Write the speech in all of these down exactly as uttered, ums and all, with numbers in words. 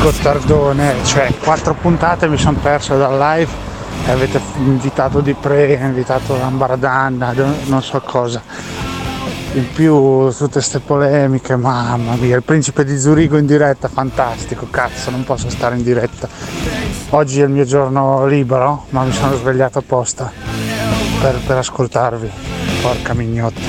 Gottardone, cioè quattro puntate mi sono perso dal live e avete invitato Di Pre, invitato Ambaradan, non so cosa. In più tutte queste polemiche, mamma mia, il principe di Zurigo in diretta, fantastico, cazzo, non posso stare in diretta. Oggi è il mio giorno libero, ma mi sono svegliato apposta per, per ascoltarvi, porca mignotta.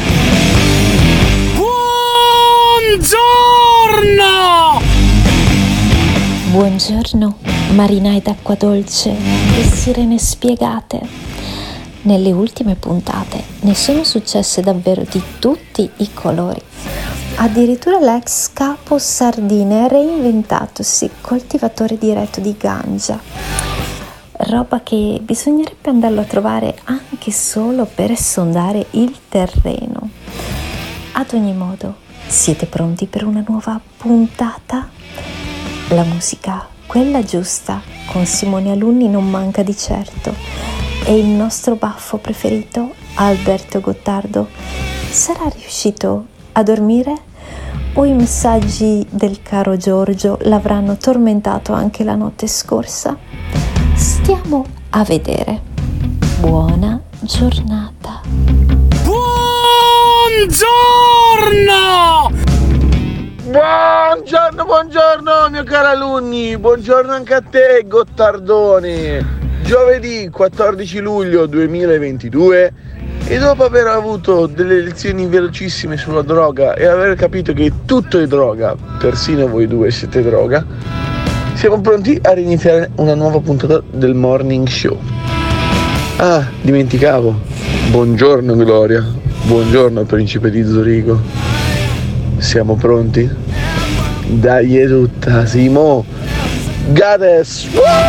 Buongiorno! Buongiorno, marinai d'acqua dolce e sirene spiegate. Nelle ultime puntate ne sono successe davvero di tutti i colori. Addirittura l'ex capo sardine ha reinventatosi coltivatore diretto di ganja. Roba che bisognerebbe andarlo a trovare anche solo per sondare il terreno. Ad ogni modo, siete pronti per una nuova puntata? La musica, quella giusta, con Simone Alunni non manca di certo. E il nostro baffo preferito, Alberto Gottardo, sarà riuscito a dormire? O i messaggi del caro Giorgio l'avranno tormentato anche la notte scorsa? Stiamo a vedere. Buona giornata. Buongiorno! Buongiorno, buongiorno mio caro Alunni, buongiorno anche a te Gottardone. Giovedì quattordici luglio duemilaventidue e dopo aver avuto delle lezioni velocissime sulla droga e aver capito che tutto è droga, persino voi due siete droga, siamo pronti a riniziare una nuova puntata del Morning Show. Ah, dimenticavo, buongiorno Gloria, buongiorno principe di Zurigo. Siamo pronti? Dai è tutta, Simo! Gades!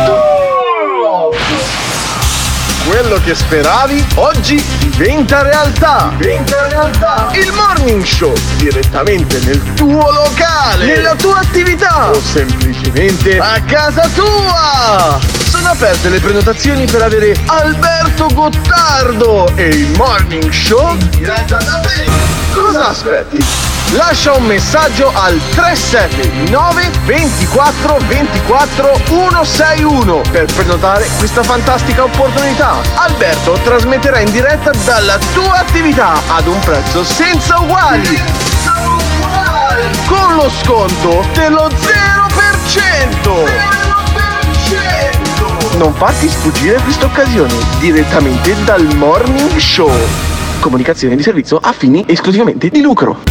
Quello che speravi oggi diventa realtà. Diventa realtà. Il Morning Show direttamente nel tuo locale, nella tua attività o semplicemente a casa tua. Sono aperte le prenotazioni per avere Alberto Gottardo e il Morning Show in diretta da te. Cosa aspetti? Lascia un messaggio al tre sette nove ventiquattro ventiquattro centosessantuno per prenotare questa fantastica opportunità. Alberto trasmetterà in diretta dalla tua attività ad un prezzo senza uguali, senza uguali. Con lo sconto dello zero per cento. zero per cento. Non farti sfuggire questa occasione direttamente dal Morning Show. Comunicazione di servizio a fini esclusivamente di lucro.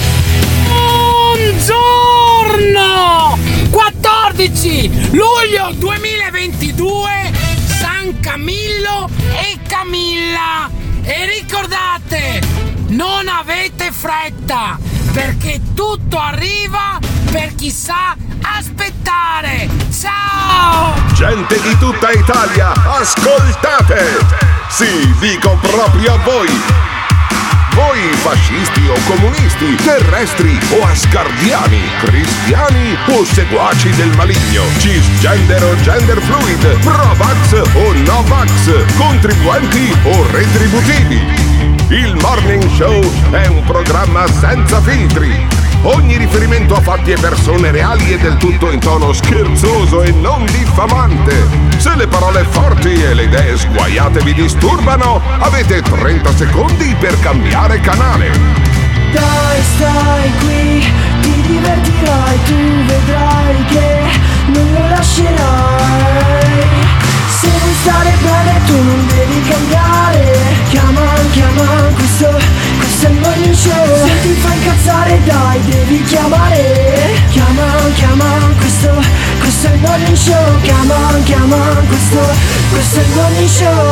Buongiorno! quattordici luglio duemilaventidue, San Camillo e Camilla. E ricordate, non avete fretta, perché tutto arriva per chi sa aspettare. Ciao! Gente di tutta Italia, ascoltate! Sì, dico proprio a voi! Voi fascisti o comunisti, terrestri o asgardiani, cristiani o seguaci del maligno, cisgender o gender fluid, pro-vax o no-vax, contribuenti o retributivi. Il Morning Show è un programma senza filtri. Ogni riferimento a fatti e persone reali è del tutto in tono scherzoso e non diffamante. Se le parole forti e le idee sguaiate vi disturbano, avete trenta secondi per cambiare canale. Dai, stai qui, ti divertirai, tu vedrai che non lo lascerai. Se vuoi stare bene tu non devi cambiare. Chiama, chiama, questo, questo è il Morning Show. Se ti fa incazzare dai, devi chiamare. Chiama, chiama, questo, questo è il Morning Show. Chiama, chiama, questo, questo è il Morning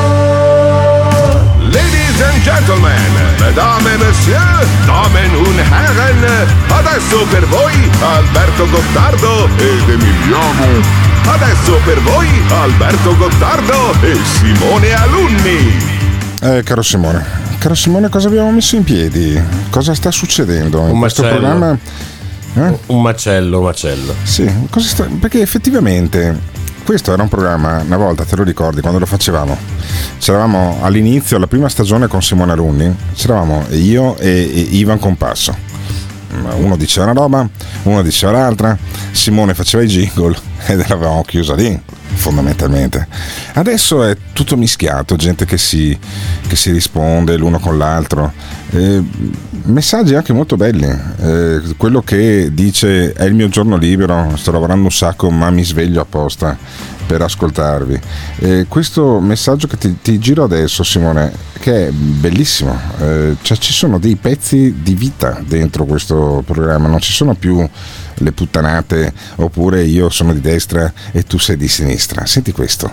Show. Ladies and gentlemen, mesdames et messieurs, damen und herren, adesso per voi Alberto Gottardo ed Emiliano. Adesso per voi Alberto Gottardo e Simone Alunni. Eh, caro Simone, caro Simone, cosa abbiamo messo in piedi? Cosa sta succedendo in un questo macello. programma? Eh? Un macello, un macello. Sì, cosa sta... perché effettivamente questo era un programma, una volta, te lo ricordi, quando lo facevamo? C'eravamo all'inizio, la prima stagione con Simone Alunni, c'eravamo io e, e Ivan Compasso. uno diceva una roba, uno diceva l'altra, Simone faceva i jingle ed eravamo chiusa lì fondamentalmente. Adesso è tutto mischiato, gente che si, che si risponde l'uno con l'altro, eh, messaggi anche molto belli, eh, quello che dice è il mio giorno libero, sto lavorando un sacco ma mi sveglio apposta per ascoltarvi. Eh, questo messaggio che ti, ti giro adesso, Simone, che è bellissimo, eh, cioè ci sono dei pezzi di vita dentro questo programma, non ci sono più le puttanate oppure io sono di destra e tu sei di sinistra. Senti questo.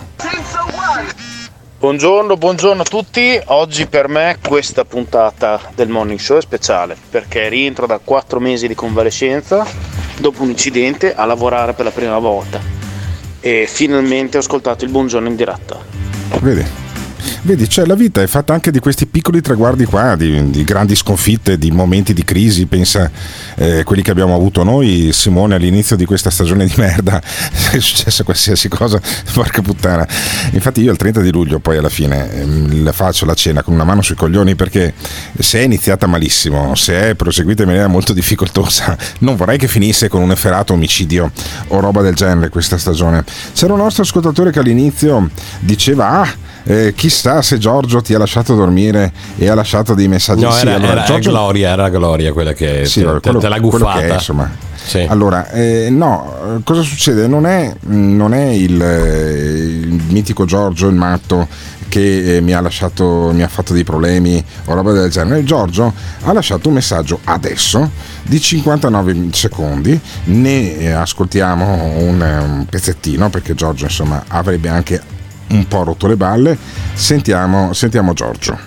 Buongiorno, buongiorno a tutti. Oggi per me questa puntata del Morning Show è speciale perché rientro da quattro mesi di convalescenza dopo un incidente a lavorare per la prima volta e finalmente ho ascoltato il buongiorno in diretta. Vedi? Vedi, cioè la vita è fatta anche di questi piccoli traguardi qua, di, di grandi sconfitte, di momenti di crisi. Pensa eh, quelli che abbiamo avuto noi, Simone, all'inizio di questa stagione di merda, è successa qualsiasi cosa, porca puttana. Infatti io il trenta di luglio poi alla fine eh, la faccio la cena con una mano sui coglioni, perché se è iniziata malissimo, se è proseguita in maniera molto difficoltosa, non vorrei che finisse con un efferato omicidio o roba del genere questa stagione. C'era un nostro ascoltatore che all'inizio diceva ah, Eh, chissà se Giorgio ti ha lasciato dormire e ha lasciato dei messaggi. No, sì, era, allora, era Giorgio... Gloria, era Gloria quella che sì, te, allora, quello, te l'ha quello guffata. Che è, insomma. Sì. Allora, eh, no, cosa succede? Non è, non è il, il mitico Giorgio, il matto, che eh, mi ha lasciato, mi ha fatto dei problemi o roba del genere. Giorgio ha lasciato un messaggio adesso di cinquantanove secondi, ne ascoltiamo un, un pezzettino perché Giorgio insomma avrebbe anche un po' rotto le balle. Sentiamo, sentiamo Giorgio.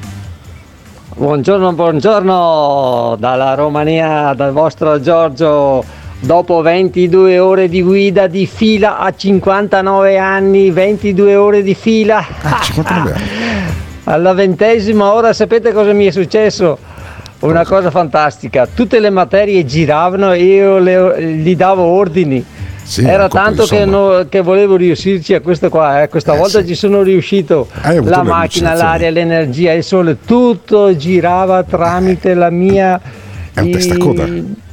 Buongiorno, buongiorno dalla Romania, dal vostro Giorgio. Dopo ventidue ore di guida di fila a cinquantanove anni, ventidue ore di fila. Ah, cinquantanove anni. Alla ventesima ora sapete cosa mi è successo? Una cosa fantastica, tutte le materie giravano e io le, gli davo ordini. Sì, era tanto che, no, che volevo riuscirci a questo qua, eh. questa eh, volta sì. Ci sono riuscito. La macchina, l'aria, l'energia, il sole, tutto girava tramite la mia è un testacoda.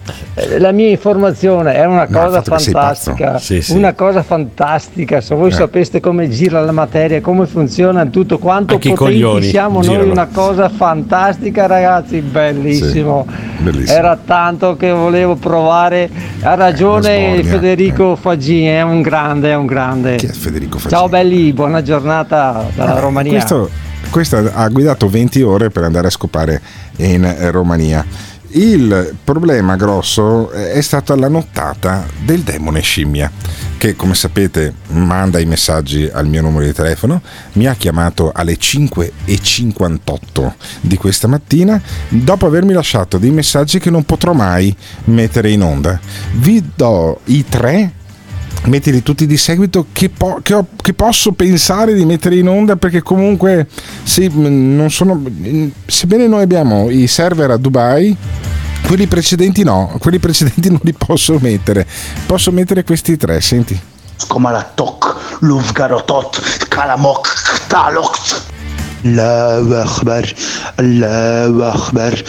La mia informazione è una no, cosa fantastica, sì, sì. Una cosa fantastica. Se voi eh. sapeste come gira la materia, come funziona tutto, quanto potenti coglioni, siamo girano. Noi, una cosa fantastica, ragazzi, bellissimo. Sì, bellissimo. Era tanto che volevo provare. Ha ragione eh, Federico eh. Faggini, è un grande, è un grande. Chi è Federico Faggini? Ciao belli, buona giornata dalla ah, Romania. Questo, questo ha guidato venti ore per andare a scopare in Romania. Il problema grosso è stata la nottata del demone scimmia, che come sapete manda i messaggi al mio numero di telefono. Mi ha chiamato alle cinque e cinquantotto di questa mattina dopo avermi lasciato dei messaggi che non potrò mai mettere in onda. Vi do i tre, mettili tutti di seguito, che, po- che, ho, che posso pensare di mettere in onda, perché comunque sì, non sono, sebbene noi abbiamo i server a Dubai, quelli precedenti no, quelli precedenti non li posso mettere. Posso mettere questi tre, senti. Skomaratok, Luvgarotot, Kalamok, Talok. Allahu Akbar, Allahu Akbar,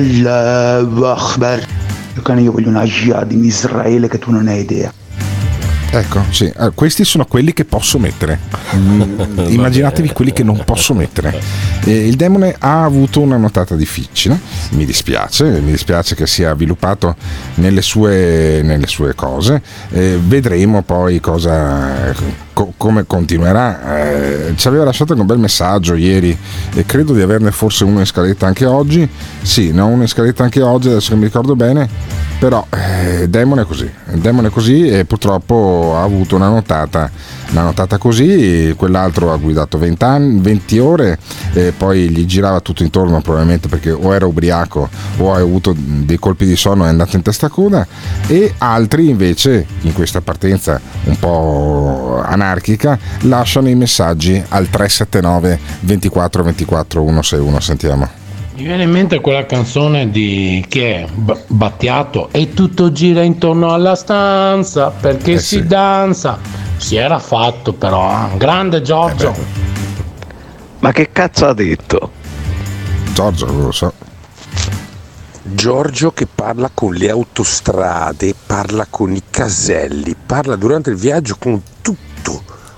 Allahu Akbar. Io voglio una jihad in Israele che tu non hai idea. Ecco, sì, questi sono quelli che posso mettere. Immaginatevi quelli che non posso mettere. Eh, il demone ha avuto una nottata difficile, mi dispiace, mi dispiace che sia avviluppato nelle sue, nelle sue cose. Eh, vedremo poi cosa, co- come continuerà. Eh, ci aveva lasciato un bel messaggio ieri e credo di averne forse uno in scaletta anche oggi. Sì, ne ho uno in scaletta anche oggi, adesso che mi ricordo bene. Però eh, il demone è così, il demone è così e purtroppo ha avuto una notata, una notata così. Quell'altro ha guidato venti anni, venti ore e poi gli girava tutto intorno, probabilmente perché o era ubriaco o ha avuto dei colpi di sonno e è andato in testa coda, e altri invece in questa partenza un po' anarchica lasciano i messaggi al tre sette nove ventiquattro ventiquattro centosessantuno. Sentiamo. Mi viene in mente quella canzone di che è Battiato e tutto gira intorno alla stanza perché eh si sì. danza. Si era fatto però, grande Giorgio. Eh Ma che cazzo ha detto? Giorgio, lo so. Giorgio che parla con le autostrade, parla con i caselli, parla durante il viaggio con tutto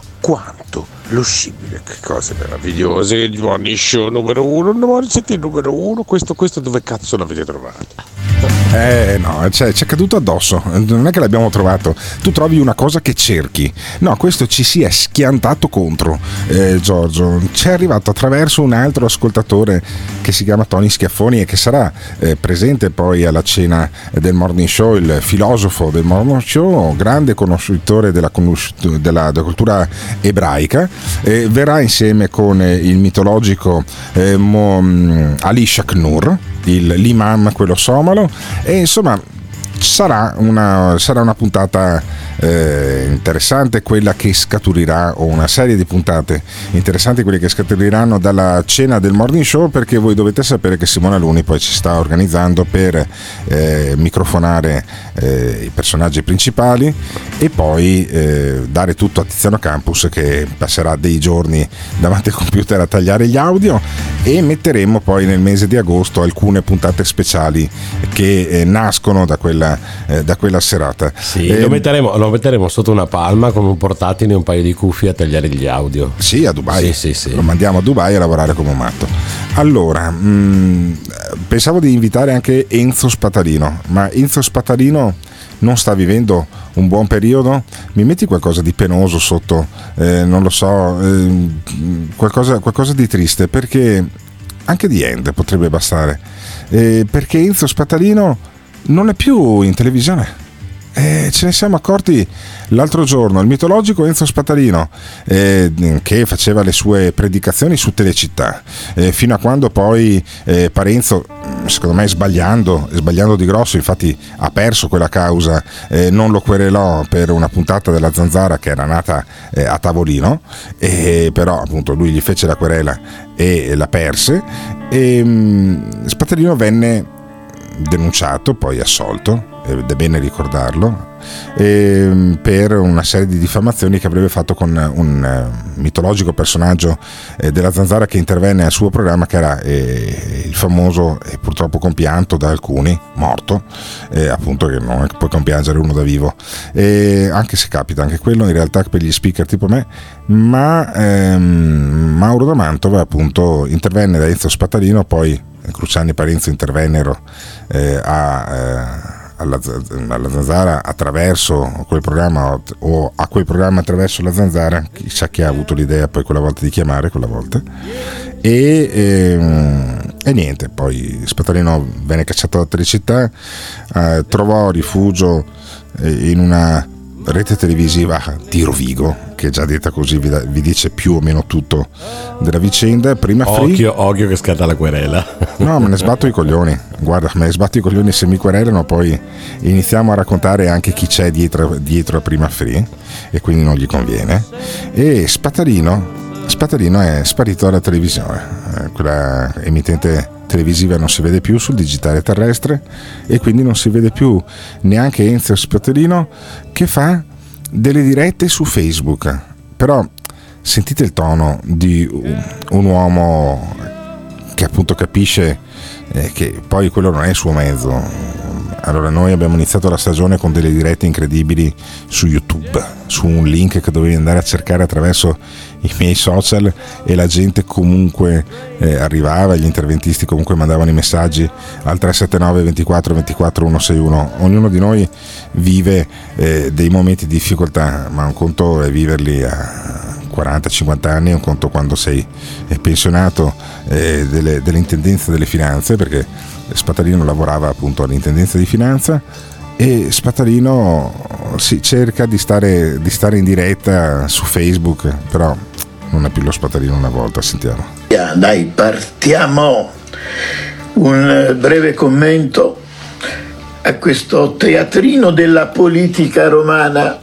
quanto lo scibile. Che cose meravigliose. Il Morning Show numero uno, il Morning City numero uno. Questo, questo dove cazzo l'avete trovato? Eh no, cioè, ci è caduto addosso, non è che l'abbiamo trovato. Tu trovi una cosa che cerchi. No, questo ci si è schiantato contro, eh, Giorgio. Ci è arrivato attraverso un altro ascoltatore che si chiama Tony Schiaffoni e che sarà eh, presente poi alla cena del Morning Show, il filosofo del Morning Show, grande conoscitore della, conosci- della, della cultura ebraica. Eh, verrà insieme con eh, il mitologico eh, Mo, Ali Shaknur, il, l'imam, quello somalo, e insomma sarà una, sarà una puntata eh, interessante, quella che scaturirà, o una serie di puntate interessanti, quelle che scaturiranno dalla cena del Morning Show, perché voi dovete sapere che Simona Luni poi ci sta organizzando per eh, microfonare eh, i personaggi principali e poi eh, dare tutto a Tiziano Campus, che passerà dei giorni davanti al computer a tagliare gli audio, e metteremo poi nel mese di agosto alcune puntate speciali che eh, nascono da quella, eh, da quella serata. Sì, eh, lo, metteremo, lo metteremo sotto una palma con un portatile e un paio di cuffie a tagliare gli audio. Sì, a Dubai. Sì, sì, sì. Lo mandiamo a Dubai a lavorare come un matto. Allora, mh, pensavo di invitare anche Enzo Spatarino, ma Enzo Spatarino non sta vivendo un buon periodo? Mi metti qualcosa di penoso sotto, eh, non lo so, eh, qualcosa, qualcosa di triste, perché anche di End potrebbe bastare, eh, perché Enzo Spatarino non è più in televisione. Eh, ce ne siamo accorti l'altro giorno. Il mitologico Enzo Spatarino, eh, che faceva le sue predicazioni su Telecittà, eh, fino a quando poi eh, Parenzo, secondo me sbagliando sbagliando di grosso, infatti ha perso quella causa, eh, non lo querelò per una puntata della Zanzara che era nata eh, a tavolino, eh, però appunto lui gli fece la querela e la perse, e mh, Spatarino venne denunciato, poi assolto, ed è bene ricordarlo, eh, per una serie di diffamazioni che avrebbe fatto con un eh, mitologico personaggio eh, della Zanzara che intervenne al suo programma, che era eh, il famoso, e purtroppo compianto da alcuni, morto, eh, appunto, che non è che puoi compiangere uno da vivo, eh, anche se capita anche quello in realtà per gli speaker tipo me, ma ehm, Mauro da Mantova appunto intervenne da Enzo Spatarino, poi Cruciani e Parenzo intervennero eh, a, eh, alla, alla Zanzara attraverso quel programma, o a quel programma attraverso la Zanzara, chissà chi ha avuto l'idea poi quella volta di chiamare quella volta, e, e, e niente, poi Spatarino venne cacciato da Telecittà, eh, trovò rifugio eh, in una rete televisiva di Rovigo, che già detta così vi, da, vi dice più o meno tutto della vicenda. Prima occhio, free, occhio che scatta la querela. No, me ne sbatto i coglioni, guarda, me ne sbatto i coglioni se mi querelano, poi iniziamo a raccontare anche chi c'è dietro, dietro a Prima Free, e quindi non gli conviene. E Spatarino Spatarino è sparito dalla televisione, eh, quella emittente televisiva non si vede più sul digitale terrestre, e quindi non si vede più neanche Enzo Spatarino che fa delle dirette su Facebook. Però sentite il tono di un uomo che appunto capisce eh, che poi quello non è il suo mezzo. Allora, noi abbiamo iniziato la stagione con delle dirette incredibili su YouTube, su un link che dovevi andare a cercare attraverso i miei social, e la gente comunque eh, arrivava, gli interventisti comunque mandavano i messaggi al tre sette nove ventiquattro ventiquattro centosessantuno. Ognuno di noi vive eh, dei momenti di difficoltà, ma un conto è viverli a quaranta cinquanta anni, un conto quando sei pensionato eh, delle, dell'intendenza delle finanze, perché Spatarino lavorava appunto all'intendenza di finanza, e Spatarino si cerca di stare, di stare in diretta su Facebook, però non è più lo Spatarino una volta. Sentiamo. Dai, partiamo. Un breve commento a questo teatrino della politica romana.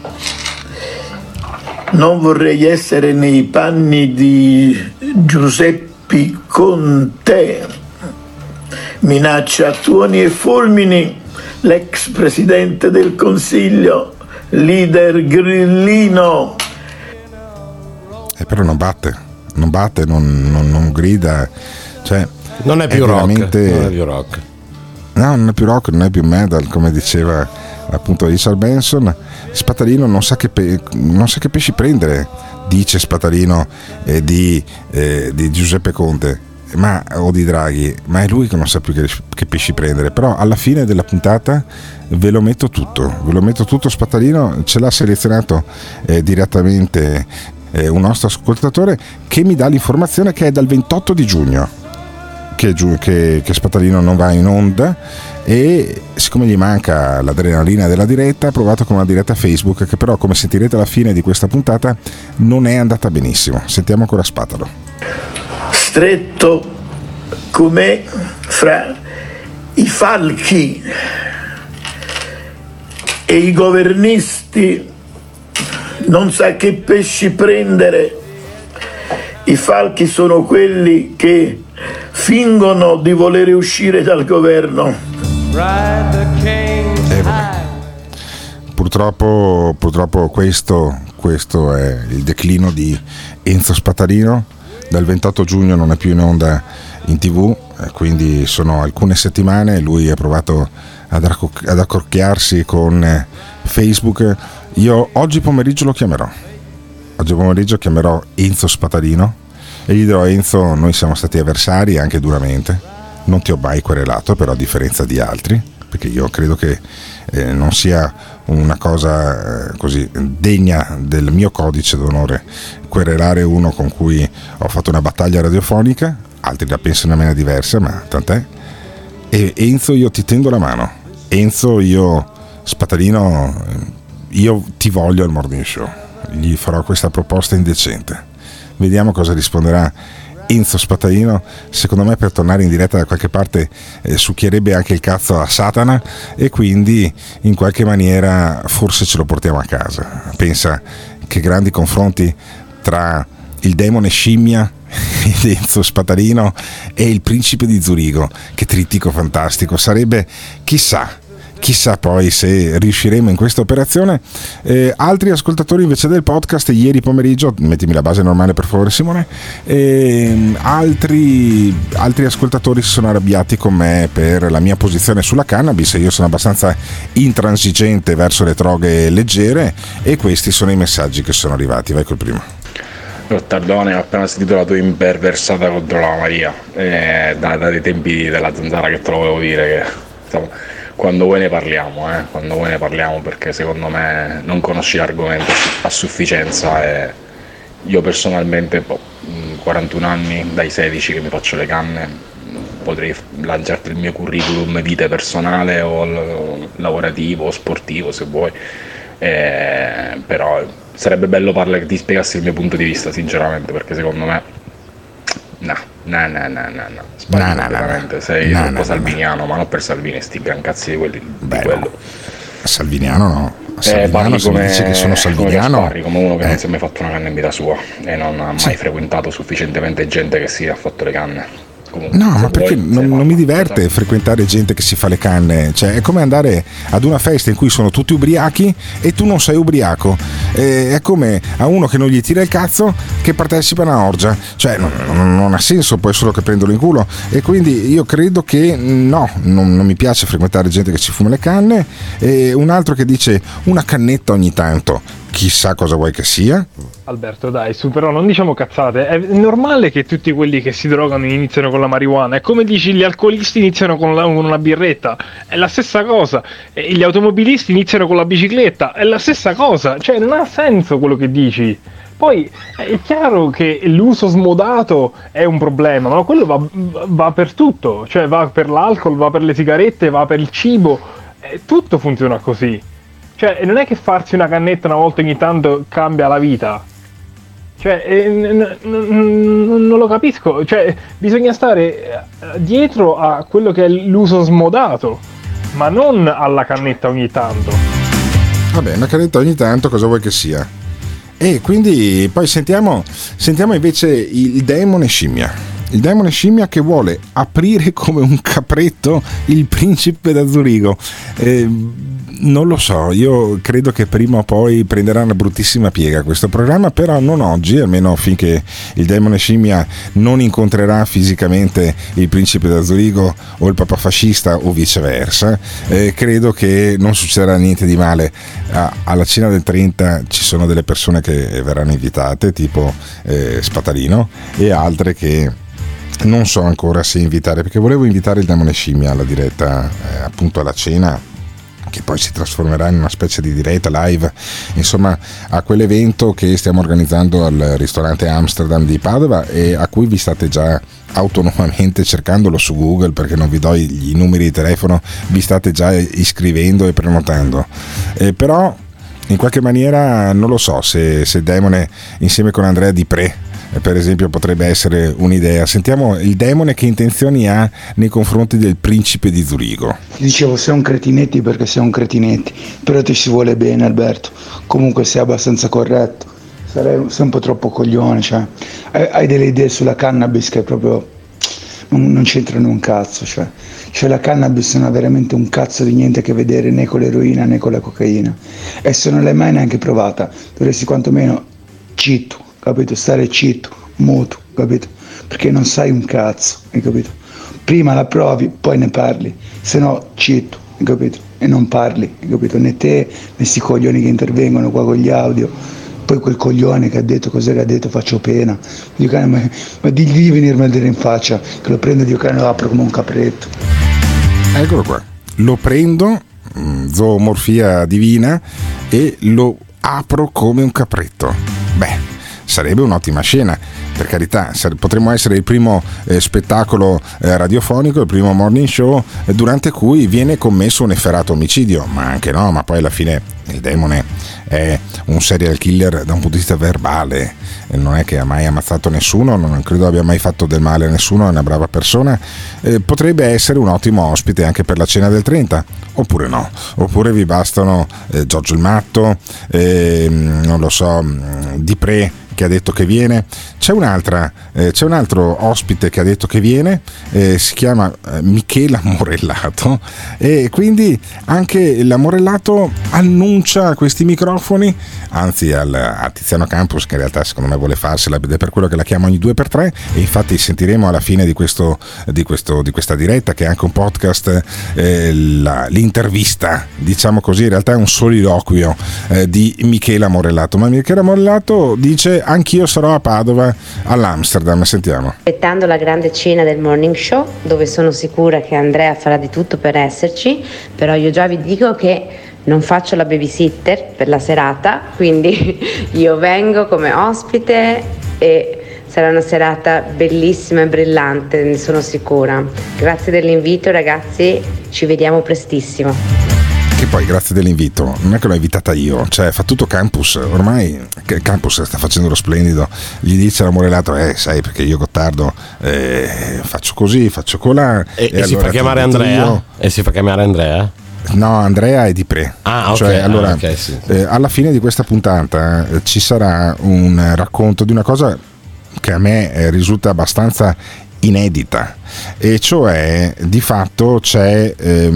Non vorrei essere nei panni di Giuseppe Conte. Minaccia a tuoni e fulmini l'ex presidente del Consiglio, leader grillino. Eh, però non batte, non batte, non, non, non grida, cioè non è più è rock, veramente... non è più rock. No, non è più rock, non è più metal, come diceva appunto Richard Benson. Spatalino non sa che, pe- non sa che pesci prendere, dice Spatalino eh, di, eh, di Giuseppe Conte, ma, o di Draghi, ma è lui che non sa più che, che pesci prendere. Però alla fine della puntata ve lo metto tutto, ve lo metto tutto. Spatalino ce l'ha selezionato eh, direttamente eh, un nostro ascoltatore che mi dà l'informazione che è dal ventotto di giugno che, che, che Spatalino non va in onda, e siccome gli manca l'adrenalina della diretta ha provato con una diretta Facebook che però, come sentirete alla fine di questa puntata, non è andata benissimo. Sentiamo ancora Spatalo. Stretto com'è fra i falchi e i governisti, non sa che pesci prendere. I falchi sono quelli che fingono di volere uscire dal governo. Eh, purtroppo, purtroppo questo, questo è il declino di Enzo Spatalino. Dal ventotto giugno non è più in onda in tv, quindi sono alcune settimane. Lui ha provato ad, acc- ad accorchiarsi con Facebook. Io oggi pomeriggio lo chiamerò. Oggi pomeriggio chiamerò Enzo Spatalino e gli dirò: Enzo, noi siamo stati avversari anche duramente, non ti ho mai querelato, però a differenza di altri, perché io credo che eh, non sia una cosa eh, così degna del mio codice d'onore querelare uno con cui ho fatto una battaglia radiofonica. Altri la pensano in maniera diversa, ma tant'è. E Enzo, io ti tendo la mano. Enzo, io Spatalino, io ti voglio al Morning Show. Gli farò questa proposta indecente. Vediamo cosa risponderà Enzo Spatalino. Secondo me, per tornare in diretta da qualche parte eh, succhierebbe anche il cazzo a Satana, e quindi in qualche maniera forse ce lo portiamo a casa. Pensa che grandi confronti tra il demone scimmia ed Enzo Spatalino e il principe di Zurigo. Che trittico fantastico sarebbe. Chissà Chissà poi se riusciremo in questa operazione. Eh, altri ascoltatori invece del podcast ieri pomeriggio, mettimi la base normale per favore Simone, eh, altri, altri ascoltatori si sono arrabbiati con me per la mia posizione sulla cannabis. Io sono abbastanza intransigente verso le droghe leggere, e questi sono i messaggi che sono arrivati. Vai col primo. Gottardone, ho appena sentito la tua imperversata contro la Maria, eh, da, dai tempi della zanzara, che te lo volevo dire, che insomma, quando vuoi ne parliamo, eh, quando vuoi ne parliamo, perché secondo me non conosci l'argomento a sufficienza. E io personalmente, boh, quarantuno anni, dai sedici che mi faccio le canne, potrei lanciarti il mio curriculum vita personale o l- lavorativo o sportivo se vuoi, eh, però sarebbe bello parlare, che ti spiegassi il mio punto di vista sinceramente, perché secondo me no, no, no, no, no, no. Sbagli no, no, veramente, no, sei no, troppo no, salviniano, no. Ma non per Salvini, sti gran cazzi di, quelli, Beh, di quello. No. Salviniano no. Salviniano, eh, se come, dice che sono salviniano, come, sparri, come uno che eh. non si è mai fatto una canna in vita sua e non ha mai sì. frequentato sufficientemente gente che si ha fatto le canne. Comunque, no, ma perché vuoi, non, non mi diverte frequentare gente che si fa le canne. Cioè, è come andare ad una festa in cui sono tutti ubriachi e tu non sei ubriaco. E è come a uno che non gli tira il cazzo che partecipa a una orgia. Cioè, non, non, non ha senso, poi solo che prendono in culo. E quindi io credo che no, non, non mi piace frequentare gente che si fuma le canne. E un altro che dice una cannetta ogni tanto. Chissà cosa vuoi che sia. Alberto, dai, su, però non diciamo cazzate. È normale che tutti quelli che si drogano iniziano con la marijuana. È come dici, gli alcolisti iniziano con, la, con una birretta. È la stessa cosa. E gli automobilisti iniziano con la bicicletta. È la stessa cosa. Cioè, non ha senso quello che dici. Poi è chiaro che l'uso smodato è un problema, ma quello va, va per tutto. Cioè, va per l'alcol, va per le sigarette, va per il cibo. E tutto funziona così. Cioè, non è che farsi una cannetta una volta ogni tanto cambia la vita. Cioè, eh, n- n- non lo capisco. Cioè, bisogna stare dietro a quello che è l'uso smodato, ma non alla cannetta ogni tanto. Vabbè, una cannetta ogni tanto cosa vuoi che sia? E quindi poi sentiamo, sentiamo invece il demone scimmia. Il demone scimmia che vuole aprire come un capretto il principe da Zurigo. Eh, Non lo so, io credo che prima o poi prenderà una bruttissima piega questo programma, però non oggi, almeno finché il demone scimmia non incontrerà fisicamente il principe da Zurigo o il papa fascista o viceversa. Eh, credo che non succederà niente di male. Ah, alla cena del trenta ci sono delle persone che verranno invitate, tipo eh, Spatalino, e altre che non so ancora se invitare, perché volevo invitare il demone scimmia alla diretta, eh, appunto alla cena, che poi si trasformerà in una specie di diretta live, insomma, a quell'evento che stiamo organizzando al ristorante Amsterdam di Padova e a cui vi state già autonomamente cercandolo su Google, perché non vi do i numeri di telefono, vi state già iscrivendo e prenotando. Eh, però in qualche maniera non lo so se, se il demone insieme con Andrea Di Pre per esempio potrebbe essere un'idea. Sentiamo il demone che intenzioni ha nei confronti del principe di Zurigo. Ti dicevo, sei un cretinetti perché sei un cretinetti, però ti si vuole bene, Alberto, comunque sei abbastanza corretto, sei un po' troppo coglione, cioè hai, hai delle idee sulla cannabis che proprio non, non c'entrano un cazzo, cioè. Cioè la cannabis non ha veramente un cazzo di niente a che vedere né con l'eroina né con la cocaina, e se non l'hai mai neanche provata dovresti quantomeno zitto, capito? Stare zitto, muto, capito? Perché non sai un cazzo, hai capito? Prima la provi, poi ne parli, se no zitto, hai capito? E non parli, hai capito? Né te né sti coglioni che intervengono qua con gli audio. Poi quel coglione che ha detto cos'è che ha detto, faccio pena, dico, ma, ma digli di venirmi a dire in faccia che lo prendo di cane e lo apro come un capretto. Eccolo qua, lo prendo, zoomorfia divina, e lo apro come un capretto. Beh, sarebbe un'ottima scena, per carità. Potremmo essere il primo eh, spettacolo eh, radiofonico, il primo morning show eh, durante cui viene commesso un efferato omicidio, ma anche no, ma poi alla fine il demone è un serial killer da un punto di vista verbale, e non è che ha mai ammazzato nessuno, non credo abbia mai fatto del male a nessuno, è una brava persona. Eh, potrebbe essere un ottimo ospite anche per la cena del trenta, oppure no, oppure vi bastano eh, Giorgio il Matto, eh, non lo so, Di Pre, che ha detto che viene. C'è un'altra, eh, c'è un altro ospite che ha detto che viene, eh, si chiama eh, Michela Morellato, e quindi anche la Morellato annuncia a questi microfoni, anzi al, a Tiziano Campus, che in realtà secondo me vuole farsela, ed è per quello che la chiamo ogni due per tre, e infatti sentiremo alla fine di questo di questo di questa diretta, che è anche un podcast, eh, la, l'intervista, diciamo così, in realtà è un soliloquio eh, di Michela Morellato. Ma Michela Morellato dice: anch'io sarò a Padova all'Amsterdam. Sentiamo. Aspettando la grande cena del morning show, dove sono sicura che Andrea farà di tutto per esserci, però io già vi dico che non faccio la babysitter per la serata, quindi io vengo come ospite e sarà una serata bellissima e brillante, ne sono sicura. Grazie dell'invito ragazzi, ci vediamo prestissimo. Che poi grazie dell'invito, non è che l'ho invitata io, cioè fa tutto Campus, ormai Campus sta facendo lo splendido, gli dice la Morellato, eh sai perché io Gottardo eh, faccio così, faccio colà, e, e, e allora si fa chiamare Andrea? Io. E si fa chiamare Andrea? No, Andrea è Di Pre. Ah, ok. Cioè, allora, ah, okay, sì. eh, alla fine di questa puntata eh, ci sarà un racconto di una cosa che a me eh, risulta abbastanza inedita, e cioè di fatto c'è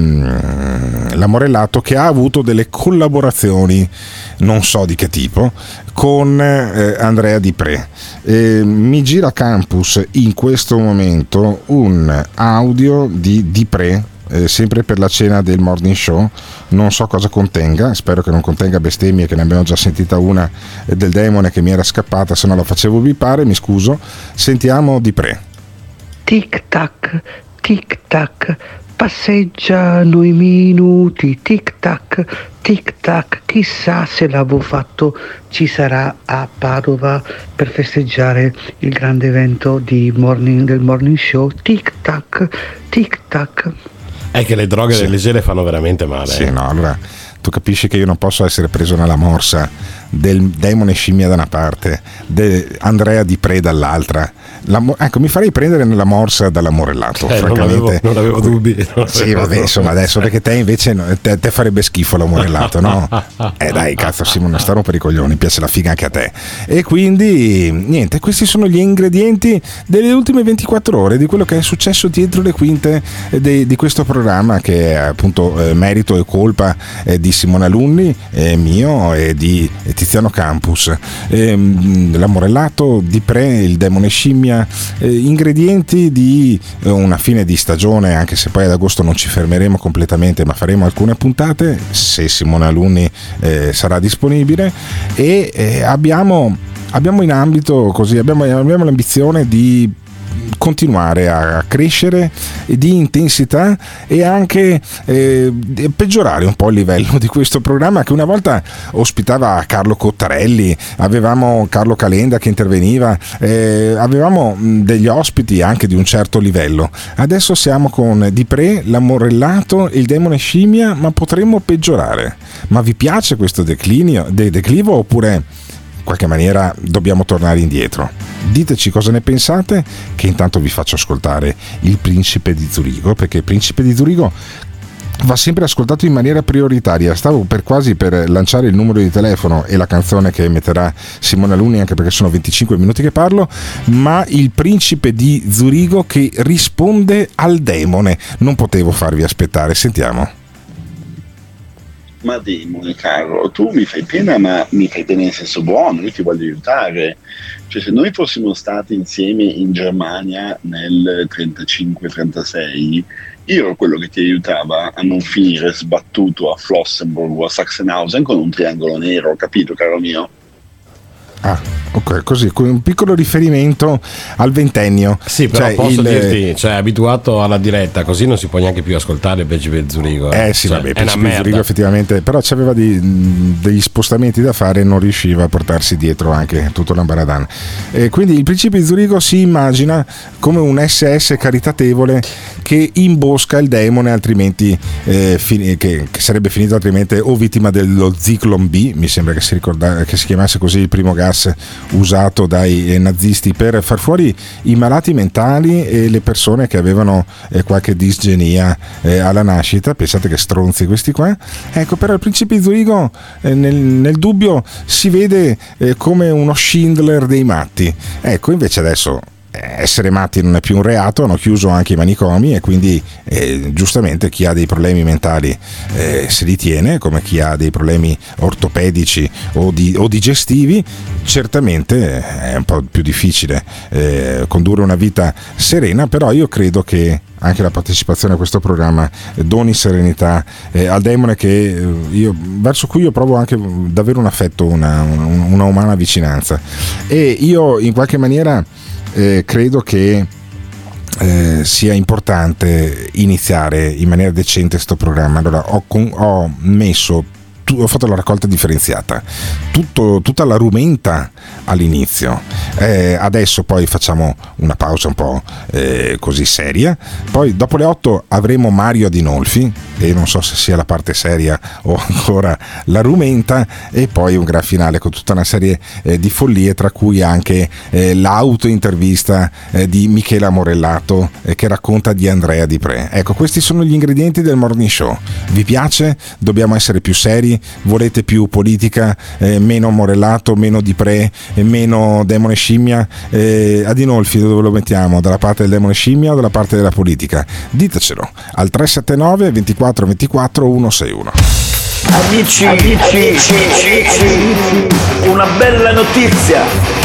ehm, la Morellato che ha avuto delle collaborazioni, non so di che tipo, con eh, Andrea Di Pre. E mi gira Campus in questo momento un audio di Di Pre, eh, sempre per la cena del morning show, non so cosa contenga, spero che non contenga bestemmie, che ne abbiamo già sentita una eh, del demone che mi era scappata, se no la facevo bipare, mi scuso. Sentiamo Di Pre. Tic tac, tic tac, passeggiano i minuti, tic tac, tic tac, chissà se l'avevo fatto ci sarà a Padova per festeggiare il grande evento di morning, del morning show, tic tac, tic tac. È che le droghe sì. delle sere fanno veramente male. Sì, eh. no, allora tu capisci che io non posso essere preso nella morsa del demone scimmia da una parte, de Andrea Di Pre dall'altra. La, ecco, mi farei prendere nella morsa dall'amorellato, eh, francamente. Non avevo, non avevo dubbi. Non sì, vabbè, insomma, adesso perché te invece te, te farebbe schifo l'amorellato, no? Eh dai, cazzo, Simone, sta rompere i coglioni, piace la figa anche a te. E quindi, niente, questi sono gli ingredienti delle ultime ventiquattro ore di quello che è successo dietro le quinte di, di questo programma, che è appunto eh, merito e colpa eh, di Simone Alunni, eh, mio e di Tiziano Campus. Eh, l'amorellato, Di Pre, il demone scimmia, Eh, ingredienti di eh, una fine di stagione, anche se poi ad agosto non ci fermeremo completamente, ma faremo alcune puntate se Simone Alunni eh, sarà disponibile, e eh, abbiamo, abbiamo in ambito così abbiamo, abbiamo l'ambizione di continuare a crescere di intensità e anche eh, peggiorare un po' il livello di questo programma, che una volta ospitava Carlo Cottarelli, avevamo Carlo Calenda che interveniva, eh, avevamo degli ospiti anche di un certo livello. Adesso siamo con Di Pre, l'amorellato, il demone scimmia, ma potremmo peggiorare. Ma vi piace questo declinio, de- declivo oppure in qualche maniera dobbiamo tornare indietro? Diteci cosa ne pensate, che intanto vi faccio ascoltare Il Principe di Zurigo, perché Il Principe di Zurigo va sempre ascoltato in maniera prioritaria. Stavo per quasi per lanciare il numero di telefono e la canzone che metterà Simone Alunni, anche perché sono venticinque minuti che parlo, ma Il Principe di Zurigo che risponde al demone. Non potevo farvi aspettare, sentiamo. Ma demone caro, tu mi fai pena, ma mi fai pena in senso buono, io ti voglio aiutare. Cioè, se noi fossimo stati insieme in Germania nel trentacinque trentasei, io ero quello che ti aiutava a non finire sbattuto a Flossenburg o a Sachsenhausen con un triangolo nero, capito caro mio? Ah, ok, così, con un piccolo riferimento al ventennio. Sì, però cioè, posso il... dirti, cioè abituato alla diretta, così non si può neanche più ascoltare il Principe di Zurigo. Eh, eh sì, cioè, vabbè, il Principe di Zurigo effettivamente, però c'aveva di, degli spostamenti da fare e non riusciva a portarsi dietro anche tutto l'ambaradan. E quindi il Principe di Zurigo si immagina come un S S caritatevole che imbosca il demone, altrimenti eh, fin- che, che sarebbe finito altrimenti o vittima dello Zyklon B, mi sembra che si, ricorda- che si chiamasse così il primo gas usato dai nazisti per far fuori i malati mentali e le persone che avevano eh, qualche disgenia eh, alla nascita. Pensate che stronzi questi qua. Ecco, però il Principe di Zurigo eh, nel, nel dubbio si vede eh, come uno Schindler dei matti. Ecco, invece adesso essere matti non è più un reato, hanno chiuso anche i manicomi e quindi eh, giustamente chi ha dei problemi mentali eh, se li tiene, come chi ha dei problemi ortopedici o, di, o digestivi. Certamente è un po' più difficile eh, condurre una vita serena, però io credo che anche la partecipazione a questo programma doni serenità eh, al demone, che eh, io, verso cui io provo anche davvero un affetto, una, una umana vicinanza, e io in qualche maniera Eh, credo che eh, sia importante iniziare in maniera decente questo programma. Allora ho, con, ho messo ho fatto la raccolta differenziata, tutto, tutta la rumenta all'inizio, eh, adesso poi facciamo una pausa un po' eh, così seria, poi dopo le otto avremo Mario Adinolfi e non so se sia la parte seria o ancora la rumenta, e poi un gran finale con tutta una serie eh, di follie, tra cui anche eh, l'auto-intervista eh, di Michela Morellato eh, che racconta di Andrea Di Pre. Ecco, questi sono gli ingredienti del Morning Show. Vi piace? Dobbiamo essere più seri? Volete più politica, eh, meno Morellato, meno Di Pre, eh, meno demone scimmia? Eh, Adinolfi dove lo mettiamo? Dalla parte del demone scimmia o dalla parte della politica? Ditecelo al tre sette nove ventiquattro ventiquattro centosessantuno. Amici, amici, amici, una bella notizia,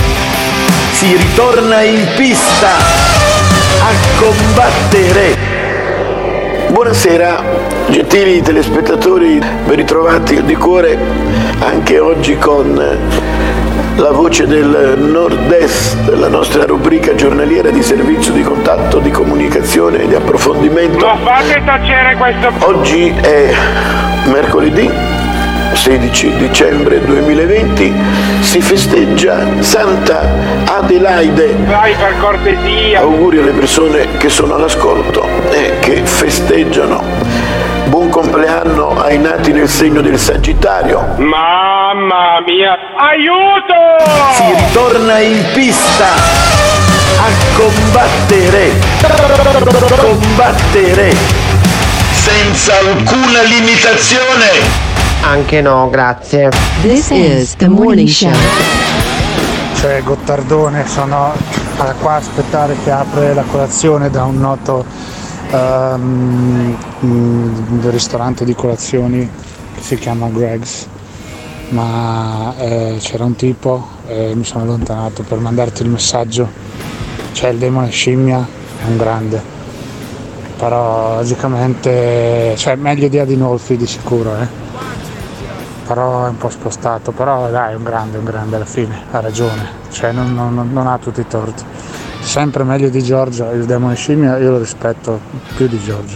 si ritorna in pista a combattere. Buonasera gentili telespettatori, ben ritrovati di cuore anche oggi con la voce del Nord-Est, la nostra rubrica giornaliera di servizio di contatto, di comunicazione e di approfondimento. Ma fate tacere questo! Oggi è mercoledì sedici dicembre duemilaventi, si festeggia Santa Adelaide. Vai, per cortesia! Auguri alle persone che sono all'ascolto e che festeggiano buon compleanno ai nati nel segno del Sagittario. Mamma mia, aiuto! Si ritorna in pista a combattere, combattere senza alcuna limitazione. Anche no, grazie. This is the morning show. Cioè Gottardone, sono qua a aspettare che apre la colazione da un noto um, um, ristorante di colazioni che si chiama Greg's, ma eh, c'era un tipo e mi sono allontanato per mandarti il messaggio. Cioè il demone scimmia è un grande, però logicamente, cioè meglio di Adinolfi di sicuro, eh. Però è un po' spostato, però dai, è un grande, un grande alla fine, ha ragione, cioè non, non, non ha tutti i torti. Sempre meglio di Giorgio, il demone scimmia io lo rispetto più di Giorgio.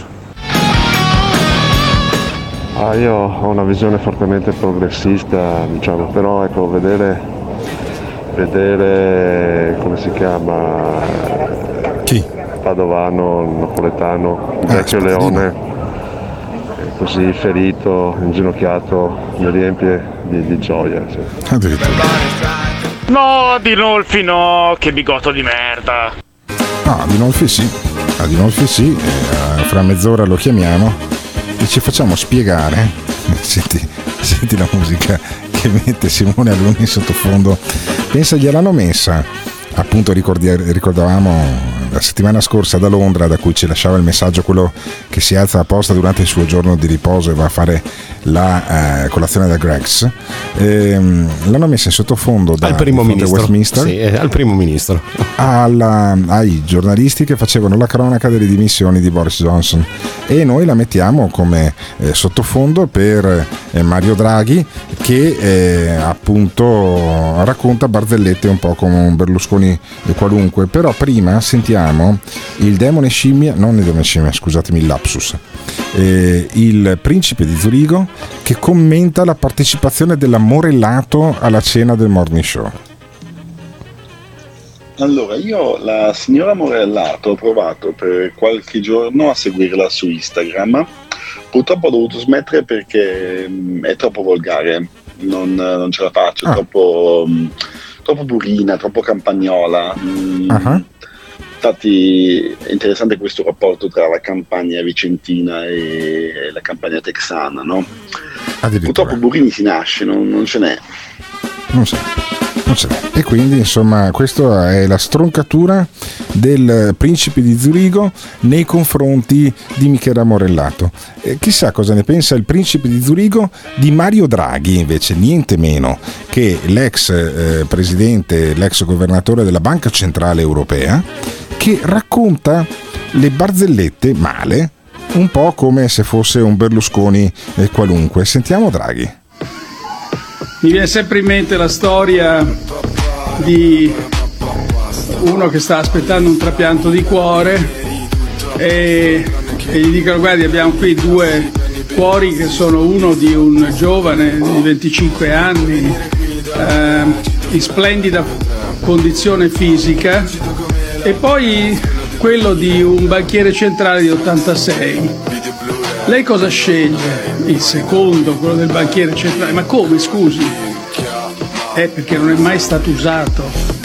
Ah, io ho una visione fortemente progressista, diciamo, però ecco, vedere, vedere come si chiama? Chi? Padovano, napoletano, il vecchio Leone. Così ferito, inginocchiato, mi riempie di, di gioia. Sì. No, Adinolfi no, che bigotto di merda. No, Adinolfi sì, Adinolfi sì, eh, fra mezz'ora lo chiamiamo e ci facciamo spiegare. Senti, senti la musica che mette Simone Alunni in sottofondo. Pensa, gliel'hanno messa, appunto ricordi- ricordavamo la settimana scorsa da Londra, da cui ci lasciava il messaggio quello che si alza apposta durante il suo giorno di riposo e va a fare la eh, colazione da Greg's. Ehm, l'hanno messa in sottofondo da al primo ministro, Westminster, sì, al primo ministro alla, ai giornalisti che facevano la cronaca delle dimissioni di Boris Johnson, e noi la mettiamo come eh, sottofondo per eh, Mario Draghi che eh, appunto racconta barzellette un po' come un Berlusconi qualunque. Però prima sentiamo il demone scimmia, non il demone scimmia, scusatemi il lapsus, eh, il principe di Zurigo che commenta la partecipazione della Morellato alla cena del morning show. Allora, io la signora Morellato ho provato per qualche giorno a seguirla su Instagram, purtroppo ho dovuto smettere perché mh, è troppo volgare, non, non ce la faccio, ah. troppo, mh, troppo burina, troppo campagnola. Mh, uh-huh. Infatti è interessante questo rapporto tra la campagna vicentina e la campagna texana, no? Purtroppo burini si nasce, non, non ce n'è. Non c'è. Non c'è. E quindi insomma questa è la stroncatura del principe di Zurigo nei confronti di Michela Morellato. E chissà cosa ne pensa il principe di Zurigo di Mario Draghi, invece, niente meno che l'ex eh, presidente, l'ex governatore della Banca Centrale Europea, che racconta le barzellette male, un po' come se fosse un Berlusconi eh, qualunque. Sentiamo Draghi. Mi viene sempre in mente la storia di uno che sta aspettando un trapianto di cuore e, e gli dicono: guardi, abbiamo qui due cuori che sono uno di un giovane di venticinque anni eh, in splendida condizione fisica e poi quello di un banchiere centrale di ottantasei. Lei cosa sceglie? Il secondo, quello del banchiere centrale. Ma come, scusi? Eh, perché non è mai stato usato.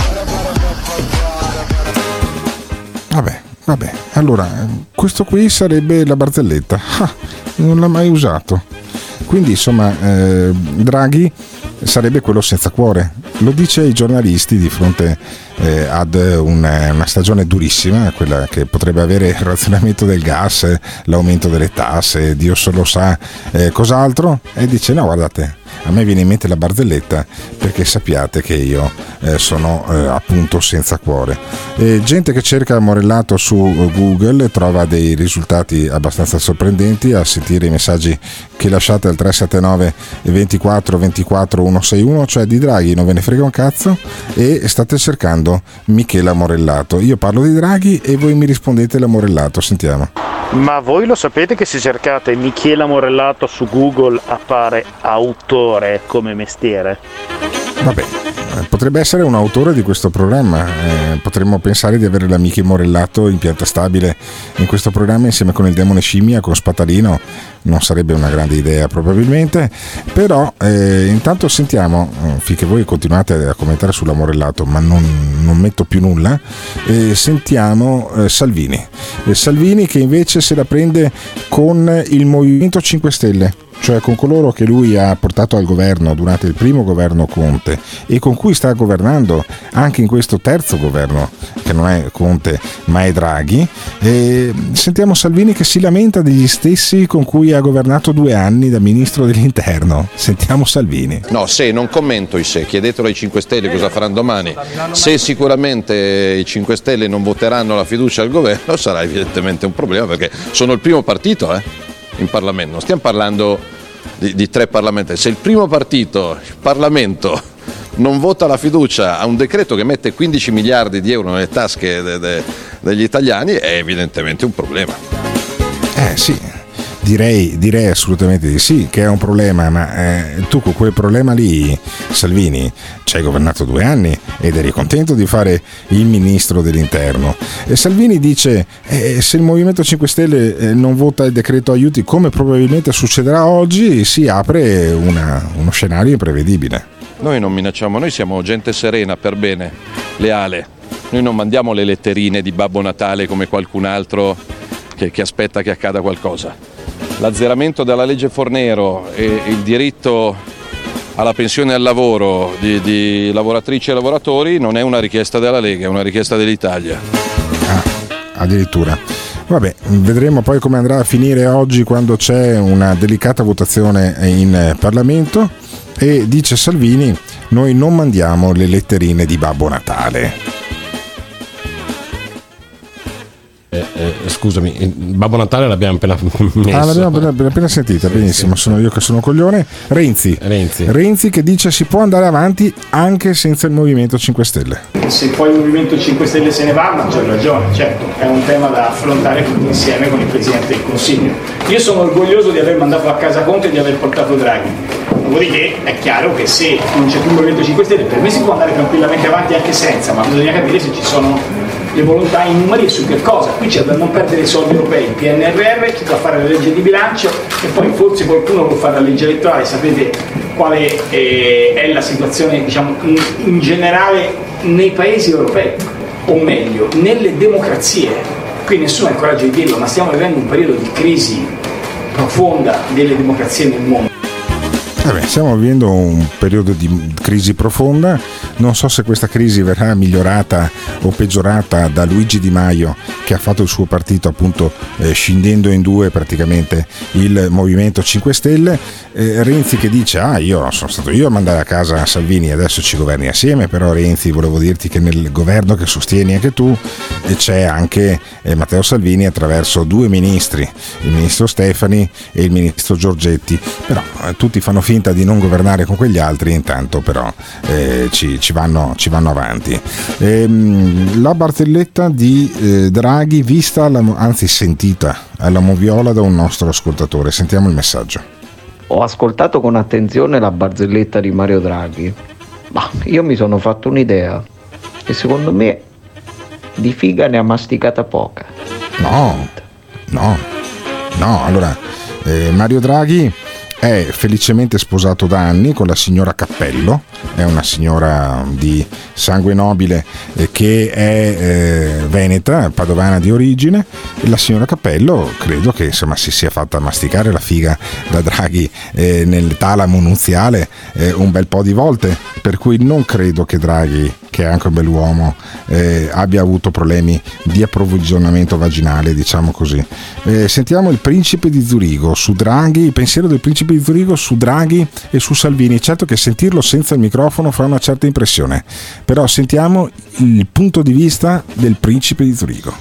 Vabbè, vabbè. Allora, questo qui sarebbe la barzelletta. Ah, non l'ha mai usato. Quindi, insomma, eh, Draghi sarebbe quello senza cuore. Lo dice ai giornalisti di fronte eh, ad una, una stagione durissima, quella che potrebbe avere il razionamento del gas, l'aumento delle tasse, Dio solo sa eh, cos'altro, e dice: no, guardate, a me viene in mente la barzelletta perché sappiate che io eh, sono eh, appunto senza cuore. E gente che cerca Morellato su Google trova dei risultati abbastanza sorprendenti, a sentire i messaggi che lasciate al tre sette nove ventiquattro ventiquattro centosessantuno, cioè di Draghi non ve ne frega un cazzo e state cercando Michela Morellato. Io parlo di Draghi e voi mi rispondete la Morellato. Sentiamo. Ma voi lo sapete che se cercate Michela Morellato su Google appare autore come mestiere? Vabbè, potrebbe essere un autore di questo programma. Eh, potremmo pensare di avere l'amico Morellato in pianta stabile in questo programma insieme con il demone scimmia, con Spatalino. Non sarebbe una grande idea probabilmente, però eh, intanto sentiamo, finché voi continuate a commentare sulla Morellato ma non, non metto più nulla, eh, sentiamo eh, Salvini eh, Salvini che invece se la prende con il Movimento cinque Stelle, cioè con coloro che lui ha portato al governo durante il primo governo Conte e con cui sta governando anche in questo terzo governo, che non è Conte ma è Draghi. E sentiamo Salvini che si lamenta degli stessi con cui ha governato due anni da ministro dell'interno. Sentiamo Salvini. No, se non commento i se, chiedetelo ai cinque Stelle cosa faranno domani. Se sicuramente i cinque Stelle non voteranno la fiducia al governo sarà evidentemente un problema, perché sono il primo partito eh. in Parlamento, non stiamo parlando di, di tre parlamentari. Se il primo partito, il Parlamento, non vota la fiducia a un decreto che mette quindici miliardi di euro nelle tasche de, de, degli italiani, è evidentemente un problema. Eh sì, direi, direi assolutamente di sì che è un problema, ma eh, tu con quel problema lì, Salvini, ci hai governato due anni ed eri contento di fare il ministro dell'interno. E Salvini dice eh, se il Movimento cinque Stelle eh, non vota il decreto aiuti, come probabilmente succederà oggi, si apre una, uno scenario imprevedibile. Noi non minacciamo, noi siamo gente serena, per bene, leale. Noi non mandiamo le letterine di Babbo Natale come qualcun altro che, che aspetta che accada qualcosa. L'azzeramento della legge Fornero e il diritto alla pensione e al lavoro di, di lavoratrici e lavoratori non è una richiesta della Lega, è una richiesta dell'Italia. Ah, addirittura. Vabbè, vedremo poi come andrà a finire oggi quando c'è una delicata votazione in Parlamento e dice Salvini, noi non mandiamo le letterine di Babbo Natale. Eh, eh, scusami, Babbo Natale l'abbiamo appena messo. Ah, l'abbiamo appena, appena sentita, sì, benissimo, sì. Sono io che sono coglione. Renzi. Renzi. Renzi che dice si può andare avanti anche senza il Movimento cinque Stelle. Se poi il Movimento cinque Stelle se ne va, ma c'è ragione, certo, è un tema da affrontare tutti insieme con il Presidente del Consiglio. Io sono orgoglioso di aver mandato a casa Conte e di aver portato Draghi. Dopodiché è chiaro che se non c'è più il Movimento cinque Stelle, per me si può andare tranquillamente avanti anche senza, ma bisogna capire se ci sono le volontà in numeri e su che cosa. Qui c'è da non perdere i soldi europei, il P N R R, chi va a fare la legge di bilancio e poi forse qualcuno può fare la legge elettorale. Sapete quale eh, è la situazione, diciamo, in, in generale nei paesi europei, o meglio, nelle democrazie. Qui nessuno ha il coraggio di dirlo, ma stiamo vivendo un periodo di crisi profonda delle democrazie nel mondo. Vabbè, stiamo vivendo un periodo di crisi profonda, non so se questa crisi verrà migliorata o peggiorata da Luigi Di Maio, che ha fatto il suo partito appunto eh, scindendo in due praticamente il Movimento cinque Stelle, eh, Renzi che dice ah io sono stato io a mandare a casa Salvini e adesso ci governi assieme, però Renzi volevo dirti che nel governo che sostieni anche tu eh, c'è anche eh, Matteo Salvini attraverso due ministri, il ministro Stefani e il ministro Giorgetti, però eh, tutti fanno finta di non governare con quegli altri, intanto però eh, ci, ci, vanno, ci vanno avanti. Ehm, la barzelletta di eh, Draghi vista, alla, anzi sentita alla moviola da un nostro ascoltatore, sentiamo il messaggio. Ho ascoltato con attenzione la barzelletta di Mario Draghi, ma io mi sono fatto un'idea e secondo me di figa ne ha masticata poca. No, no, no, allora eh, Mario Draghi è felicemente sposato da anni con la signora Cappello, è una signora di sangue nobile eh, che è eh, veneta, padovana di origine, e la signora Cappello credo che insomma si sia fatta masticare la figa da Draghi eh, nel talamo nuziale eh, un bel po' di volte, per cui non credo che Draghi, che è anche un bell'uomo, eh, abbia avuto problemi di approvvigionamento vaginale, diciamo così. Eh, sentiamo il principe di Zurigo su Draghi, il pensiero del principe di Zurigo su Draghi e su Salvini. Certo che sentirlo senza il microfono fa una certa impressione, però sentiamo il punto di vista del principe di Zurigo.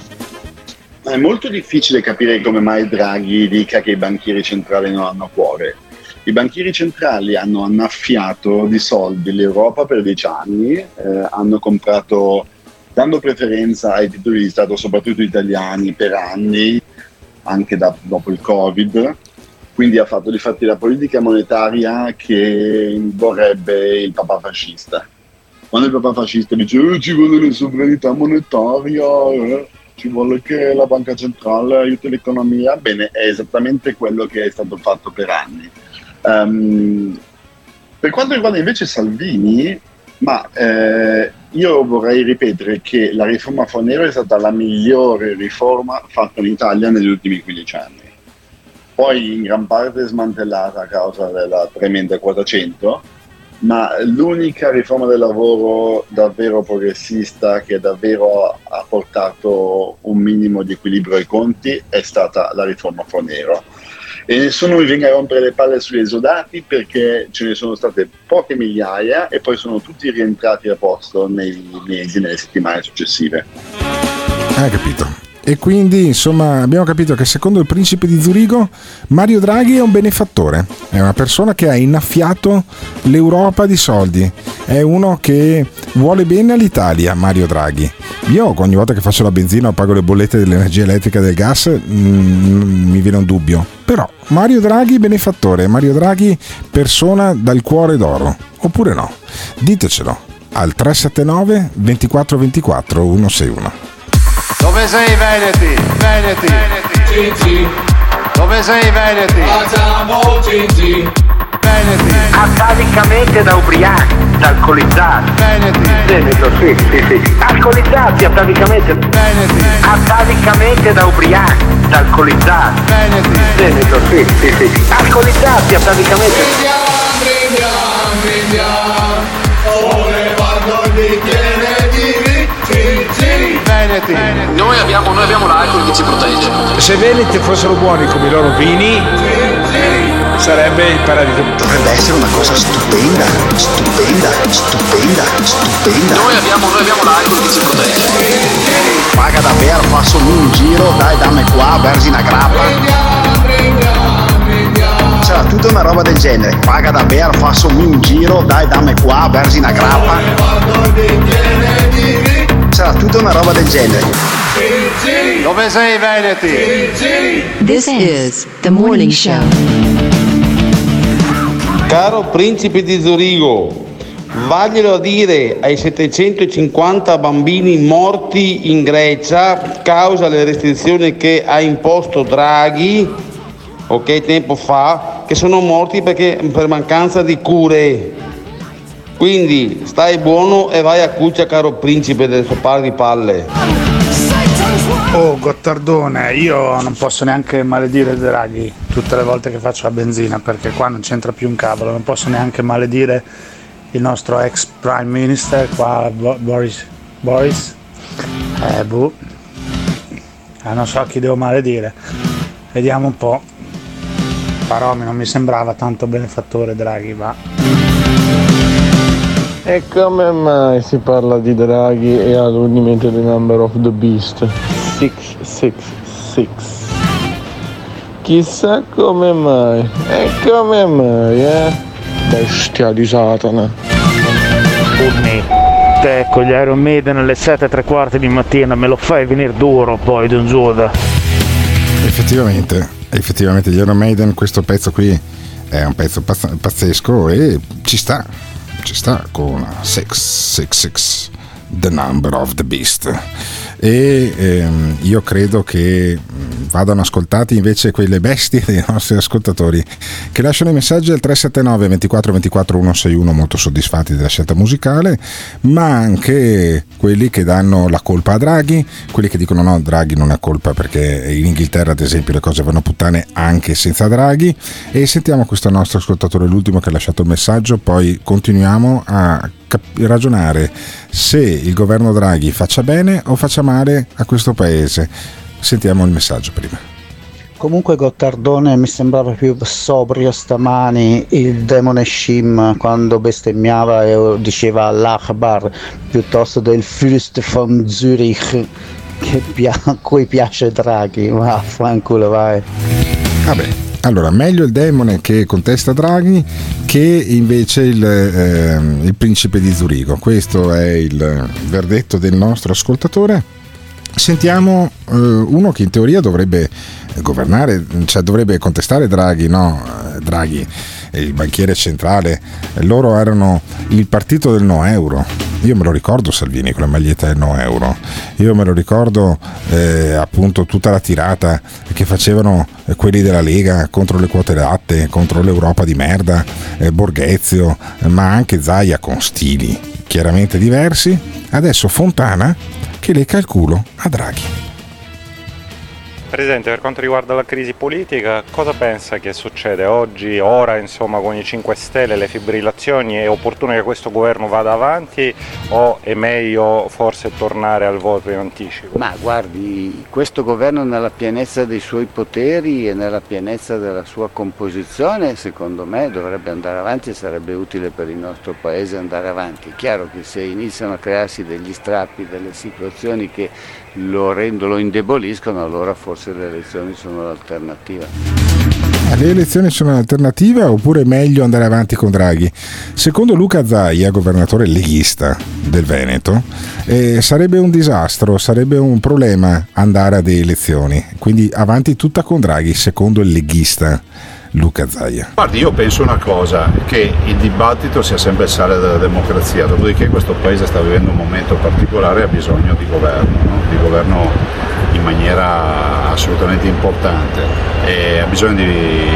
È molto difficile capire come mai Draghi dica che i banchieri centrali non hanno cuore. I banchieri centrali hanno annaffiato di soldi l'Europa per dieci anni, eh, hanno comprato, dando preferenza ai titoli di Stato, soprattutto italiani, per anni, anche da, dopo il Covid. Quindi ha fatto di fatti la politica monetaria che vorrebbe il papà fascista. quando il papà fascista dice eh, ci vuole la sovranità monetaria, eh, ci vuole che la banca centrale aiuti l'economia, bene, è esattamente quello che è stato fatto per anni. Um, per quanto riguarda invece Salvini, ma eh, io vorrei ripetere che la riforma Fornero è stata la migliore riforma fatta in Italia negli ultimi quindici anni, poi in gran parte smantellata a causa della tremenda quota cento, ma l'unica riforma del lavoro davvero progressista che davvero ha portato un minimo di equilibrio ai conti è stata la riforma Fornero. E nessuno mi venga a rompere le palle sugli esodati, perché ce ne sono state poche migliaia e poi sono tutti rientrati a posto nei mesi, nelle settimane successive. Hai capito? E quindi insomma abbiamo capito che secondo il principe di Zurigo Mario Draghi è un benefattore, è una persona che ha innaffiato l'Europa di soldi, è uno che vuole bene all'Italia. Mario Draghi, io ogni volta che faccio la benzina o pago le bollette dell'energia elettrica e del gas mm, mi viene un dubbio, però Mario Draghi benefattore, Mario Draghi persona dal cuore d'oro, oppure no? Ditecelo al tre sette nove ventiquattro ventiquattro centosessantuno. Dove sei Veneti? Veneti. Gigi. Dove sei Veneti? Facciamo Gigi. Veneti. Atavicamente da ubriachi, da alcolizzati. Veneti. Veneto, sì, sì, sì. Alcolizzati atavicamente. Veneti. Atavicamente da ubriachi, da alcolizzati. Veneti. Veneto, sì, sì, sì. Alcolizzati atavicamente. Brindiamo, brindiamo, sollevando il bicchiere di Gigi. Veneti. Noi abbiamo, noi abbiamo l'alcol che ci protegge. Se Veneti fossero buoni come i loro vini, sarebbe il paradiso. Dovrebbe essere una cosa stupenda, stupenda, stupenda, stupenda. Noi abbiamo, noi abbiamo l'alcol che ci protegge. Paga davvero, passami un giro, dai dammi qua, versi una grappa. C'era tutta una roba del genere. Paga davvero, passami un giro, dai dammi qua, versi una grappa. C'era tutta una roba del genere. Dove sei Veneti? This is the morning show. Caro principe di Zurigo, vaglielo a dire ai settecentocinquanta bambini morti in Grecia causa le restrizioni che ha imposto Draghi, ok, tempo fa, che sono morti perché per mancanza di cure. Quindi stai buono e vai a cuccia, caro principe del suo par di palle. Oh Gottardone, io non posso neanche maledire Draghi tutte le volte che faccio la benzina, perché qua non c'entra più un cavolo. Non posso neanche maledire il nostro ex prime minister qua, Boris Boris eh boh eh, non so chi devo maledire, vediamo un po'. Però non mi sembrava tanto benefattore Draghi, va. E come mai si parla di Draghi e all'unlimited number of the beast? sei sei sei. Chissà come mai. E come mai, eh? Bestia di Satana. Urni, te con gli Iron Maiden alle sette e tre quarti di mattina me lo fai venire duro poi, Don Giuda. Effettivamente, effettivamente gli Iron Maiden, questo pezzo qui è un pezzo pazz- pazzesco e ci sta. Ci sta con sei sei sei, The Number of the Beast. E ehm, io credo che vadano ascoltati invece quelle bestie dei nostri ascoltatori che lasciano i messaggi al tre sette nove ventiquattro ventiquattro centosessantuno, molto soddisfatti della scelta musicale, ma anche quelli che danno la colpa a Draghi, quelli che dicono no, Draghi non è colpa perché in Inghilterra ad esempio le cose vanno puttane anche senza Draghi. E sentiamo questo nostro ascoltatore, l'ultimo che ha lasciato il messaggio, poi continuiamo a cap- ragionare se il governo Draghi faccia bene o faccia male a questo paese. Sentiamo il messaggio prima. Comunque Gottardone mi sembrava più sobrio stamani il demone Shim quando bestemmiava e diceva l'Achbar piuttosto del Fürst von Zürich che pia- a cui piace Draghi. Vaffanculo, vai. Vabbè, allora meglio il demone che contesta Draghi che invece il, eh, il principe di Zurigo. Questo è il verdetto del nostro ascoltatore. Sentiamo eh, uno che in teoria dovrebbe governare, cioè dovrebbe contestare Draghi, no? Draghi, il banchiere centrale, loro erano il partito del no euro. Io me lo ricordo Salvini con la maglietta del no euro, io me lo ricordo eh, appunto tutta la tirata che facevano eh, quelli della Lega contro le quote latte, contro l'Europa di merda, eh, Borghezio, eh, ma anche Zaia con stili chiaramente diversi. Adesso Fontana che lecca il culo a Draghi. Presidente, per quanto riguarda la crisi politica, cosa pensa che succede oggi, ora, insomma, con i cinque Stelle, le fibrillazioni? È opportuno che questo governo vada avanti o è meglio forse tornare al voto in anticipo? Ma guardi, questo governo nella pienezza dei suoi poteri e nella pienezza della sua composizione, secondo me dovrebbe andare avanti e sarebbe utile per il nostro Paese andare avanti. È chiaro che se iniziano a crearsi degli strappi, delle situazioni che lo rendono, lo indeboliscono, allora forse le elezioni sono l'alternativa. Le elezioni sono un'alternativa oppure è meglio andare avanti con Draghi? Secondo Luca Zaia, governatore leghista del Veneto, eh, sarebbe un disastro, sarebbe un problema andare a delle elezioni, quindi avanti tutta con Draghi, secondo il leghista Luca Zaia. Guardi, io penso una cosa, che il dibattito sia sempre il sale della democrazia, dopodiché questo Paese sta vivendo un momento particolare e ha bisogno di governo, no? Di governo in maniera assolutamente importante e ha bisogno di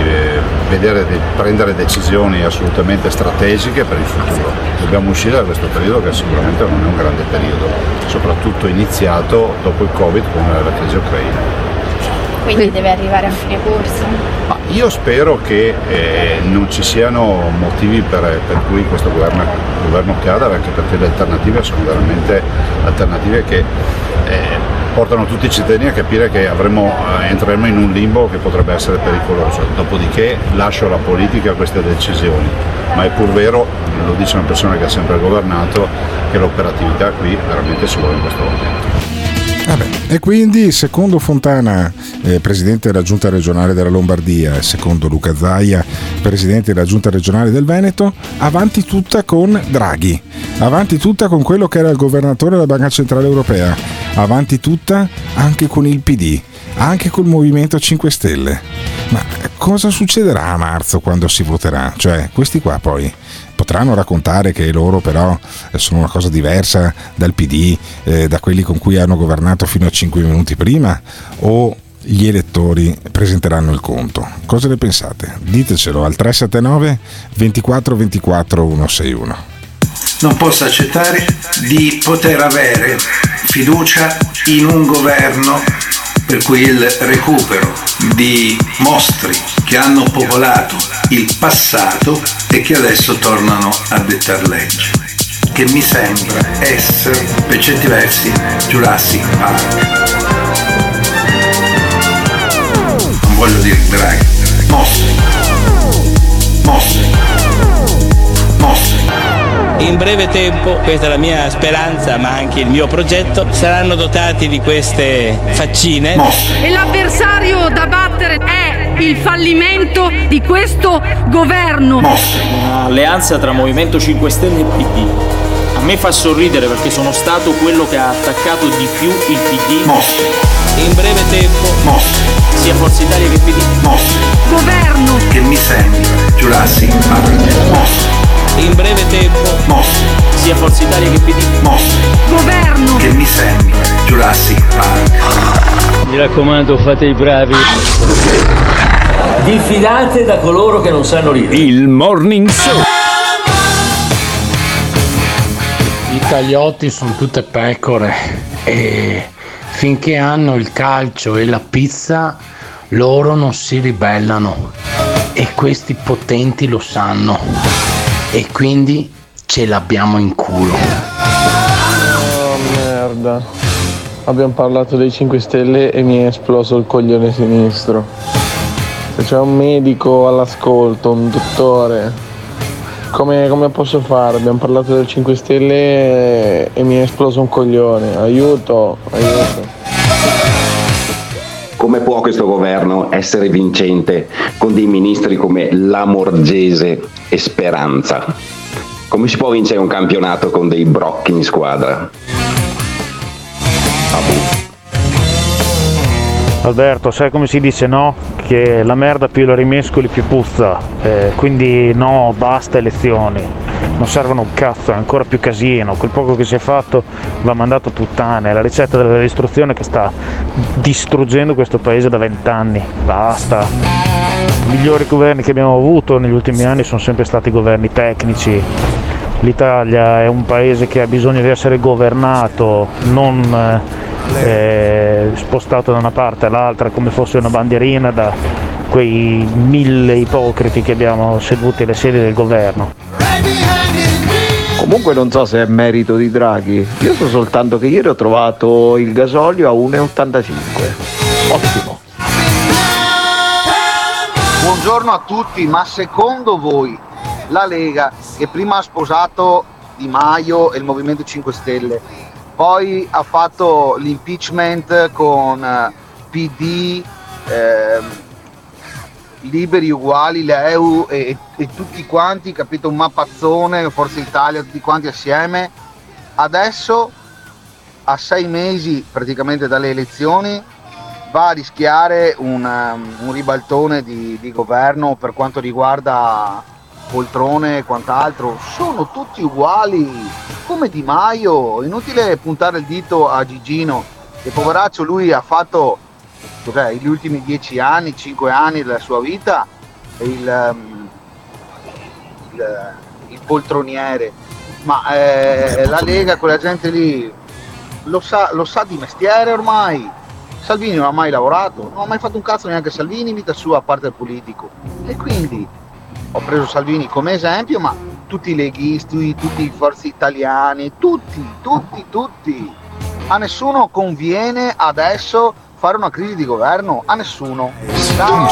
vedere, di prendere decisioni assolutamente strategiche per il futuro. Dobbiamo uscire da questo periodo che sicuramente non è un grande periodo, soprattutto iniziato dopo il Covid con la crisi ucraina. Quindi deve arrivare a fine corso? Ma io spero che eh, non ci siano motivi per, per cui questo governo, governo cada, anche perché le alternative sono veramente alternative che eh, portano tutti i cittadini a capire che avremo, eh, entreremo in un limbo che potrebbe essere pericoloso. Dopodiché lascio alla politica queste decisioni, ma è pur vero, lo dice una persona che ha sempre governato, che l'operatività qui veramente ci vuole in questo momento. Vabbè. E quindi, secondo Fontana, eh, presidente della giunta regionale della Lombardia, e secondo Luca Zaia, presidente della giunta regionale del Veneto, avanti tutta con Draghi, avanti tutta con quello che era il governatore della Banca Centrale Europea, avanti tutta anche con il P D, anche col Movimento cinque Stelle. Ma cosa succederà a marzo quando si voterà? Cioè, questi qua poi potranno raccontare che loro però sono una cosa diversa dal P D, eh, da quelli con cui hanno governato fino a cinque minuti prima, o gli elettori presenteranno il conto? Cosa ne pensate? Ditecelo al tre sette nove ventiquattro ventiquattro centosessantuno. Non posso accettare di poter avere fiducia in un governo per cui il recupero di mostri che hanno popolato il passato e che adesso tornano a dettar legge, che mi sembra essere, per certi versi, Jurassic Park. Non voglio dire Draghi, mostri, mostri, mostri. In breve tempo, questa è la mia speranza ma anche il mio progetto, saranno dotati di queste faccine. E l'avversario da battere è il fallimento di questo governo. Un'alleanza tra Movimento cinque Stelle e P D. A me fa sorridere perché sono stato quello che ha attaccato di più il P D. Mostri. In breve tempo, Mostri. sia Forza Italia che P D. Mostri. Governo che mi sembra Jurassic Park. Mostri. In breve tempo, Mostri. sia Forza Italia che P D. Mostri. Governo che mi sembra Jurassic Park. Mi raccomando, fate i bravi. Diffidate da coloro che non sanno ridere. Il Morning Show. I Cagliotti sono tutte pecore e finché hanno il calcio e la pizza loro non si ribellano e questi potenti lo sanno e quindi ce l'abbiamo in culo. Oh merda, abbiamo parlato dei cinque Stelle e mi è esploso il coglione sinistro. Se c'è un medico all'ascolto, un dottore, come, come posso fare? Abbiamo parlato del cinque Stelle e mi è esploso un coglione. Aiuto, aiuto. Come può questo governo essere vincente con dei ministri come Lamorgese e Speranza? Come si può vincere un campionato con dei brocchi in squadra? Alberto, sai come si dice, no? Che la merda più la rimescoli più puzza, eh, quindi no, basta elezioni. non servono un cazzo, è ancora più casino, quel poco che si è fatto va mandato a puttane, è la ricetta della distruzione che sta distruggendo questo paese da vent'anni, basta. I migliori governi che abbiamo avuto negli ultimi anni sono sempre stati governi tecnici. L'Italia è un paese che ha bisogno di essere governato, non eh, spostato da una parte all'altra come fosse una bandierina da quei mille ipocriti che abbiamo seduti alle sedie del governo. Comunque non so se è merito di Draghi, io so soltanto che ieri ho trovato il gasolio a uno virgola ottantacinque. Ottimo. Buongiorno a tutti, ma secondo voi la Lega, che prima ha sposato Di Maio e il Movimento cinque Stelle, poi ha fatto l'impeachment con P D, eh, Liberi Uguali, l'E U e, e tutti quanti, capito, un mappazzone, Forza Italia, tutti quanti assieme, adesso a sei mesi praticamente dalle elezioni va a rischiare un, um, un ribaltone di, di governo per quanto riguarda poltrone e quant'altro. Sono tutti uguali come Di Maio, inutile puntare il dito a Gigino, che poveraccio lui ha fatto cos'è, gli ultimi dieci anni, cinque anni della sua vita il, um, il, il poltroniere, ma eh, la Lega, quella gente lì lo sa, lo sa di mestiere ormai. Salvini non ha mai lavorato, non ha mai fatto un cazzo neanche Salvini in vita sua, a parte il politico, e quindi ho preso Salvini come esempio, ma tutti i leghisti, tutti i forzi italiani, tutti, tutti, tutti, a nessuno conviene adesso fare una crisi di governo, a nessuno. Ciao.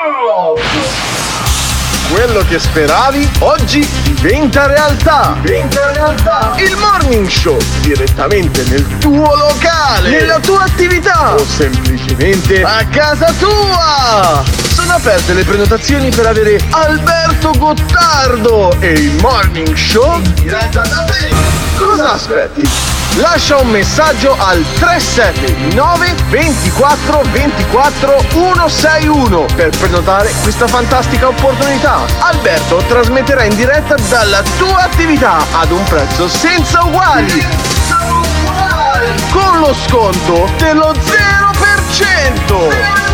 Quello che speravi oggi diventa realtà. Diventa realtà. Il Morning Show direttamente nel tuo locale, nella tua attività o semplicemente a casa tua. Sono aperte le prenotazioni per avere Alberto Gottardo e il Morning Show in diretta da te. Cosa aspetti? Lascia un messaggio al tre sette nove ventiquattro ventiquattro centosessantuno per prenotare questa fantastica opportunità. Alberto trasmetterà in diretta dalla tua attività ad un prezzo senza uguali, senza uguali. Con lo sconto dello zero per cento.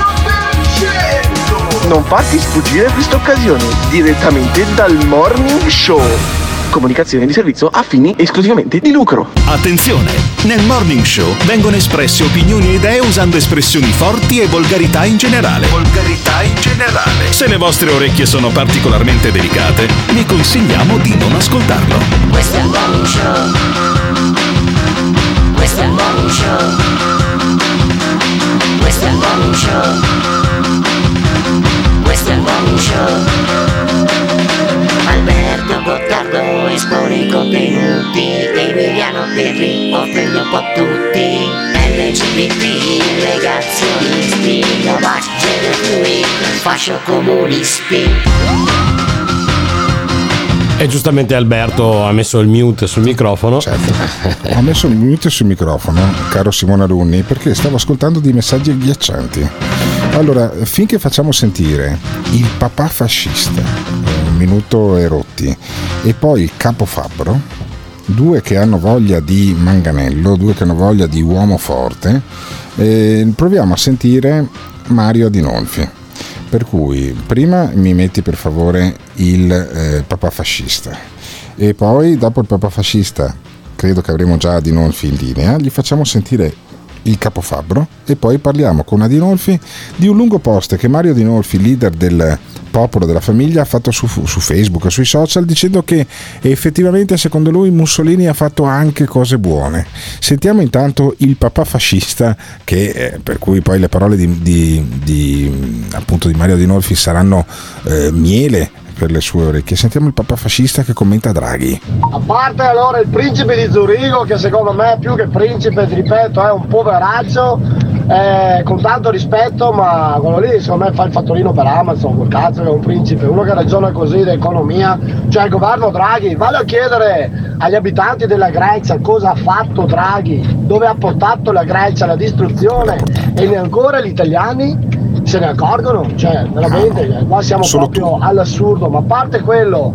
Non farti sfuggire questa occasione direttamente dal Morning Show. Comunicazione di servizio a fini esclusivamente di lucro. Attenzione! Nel Morning Show vengono espresse opinioni e idee usando espressioni forti e volgarità in generale. Volgarità in generale. Se le vostre orecchie sono particolarmente delicate, vi consigliamo di non ascoltarlo. Questo è il Morning Show. Questo è il Morning Show. Questo è il Morning Show. Questo è il Morning Show. Alberto Gottardo espone i contenuti, Emiliano Pirri offende un po' tutti, L G B T, negazionisti, Novak, gender fluid, fascio comunisti. E giustamente Alberto ha messo il mute sul microfono. Certo, ho messo il mute sul microfono, caro Simone Alunni, perché stavo ascoltando dei messaggi agghiaccianti. Allora, finché facciamo sentire il papà fascista, un minuto e rotti, e poi il capo fabbro, due che hanno voglia di manganello, due che hanno voglia di uomo forte, eh, proviamo a sentire Mario Adinolfi. Per cui prima mi metti per favore il eh, papà fascista e poi dopo il papà fascista, credo che avremo già Adinolfi in linea, gli facciamo sentire il capofabbro e poi parliamo con Adinolfi di un lungo post che Mario Adinolfi, leader del Popolo della Famiglia, ha fatto su, su Facebook, sui social, dicendo che effettivamente secondo lui Mussolini ha fatto anche cose buone. Sentiamo intanto il papà fascista, che eh, per cui poi le parole di, di, di appunto di Mario Adinolfi saranno eh, miele per le sue orecchie. Sentiamo il papà fascista che commenta Draghi. A parte allora il principe di Zurigo, che secondo me più che principe, ti ripeto, è un poveraccio, eh, con tanto rispetto, ma quello lì secondo me fa il fattorino per Amazon, quel cazzo che è un principe, uno che ragiona così d'economia. Cioè il governo Draghi, vale a chiedere agli abitanti della Grecia cosa ha fatto Draghi, dove ha portato la Grecia alla distruzione, e neanche gli italiani se ne accorgono. Cioè veramente qua siamo Solo proprio tu. all'assurdo. Ma a parte quello,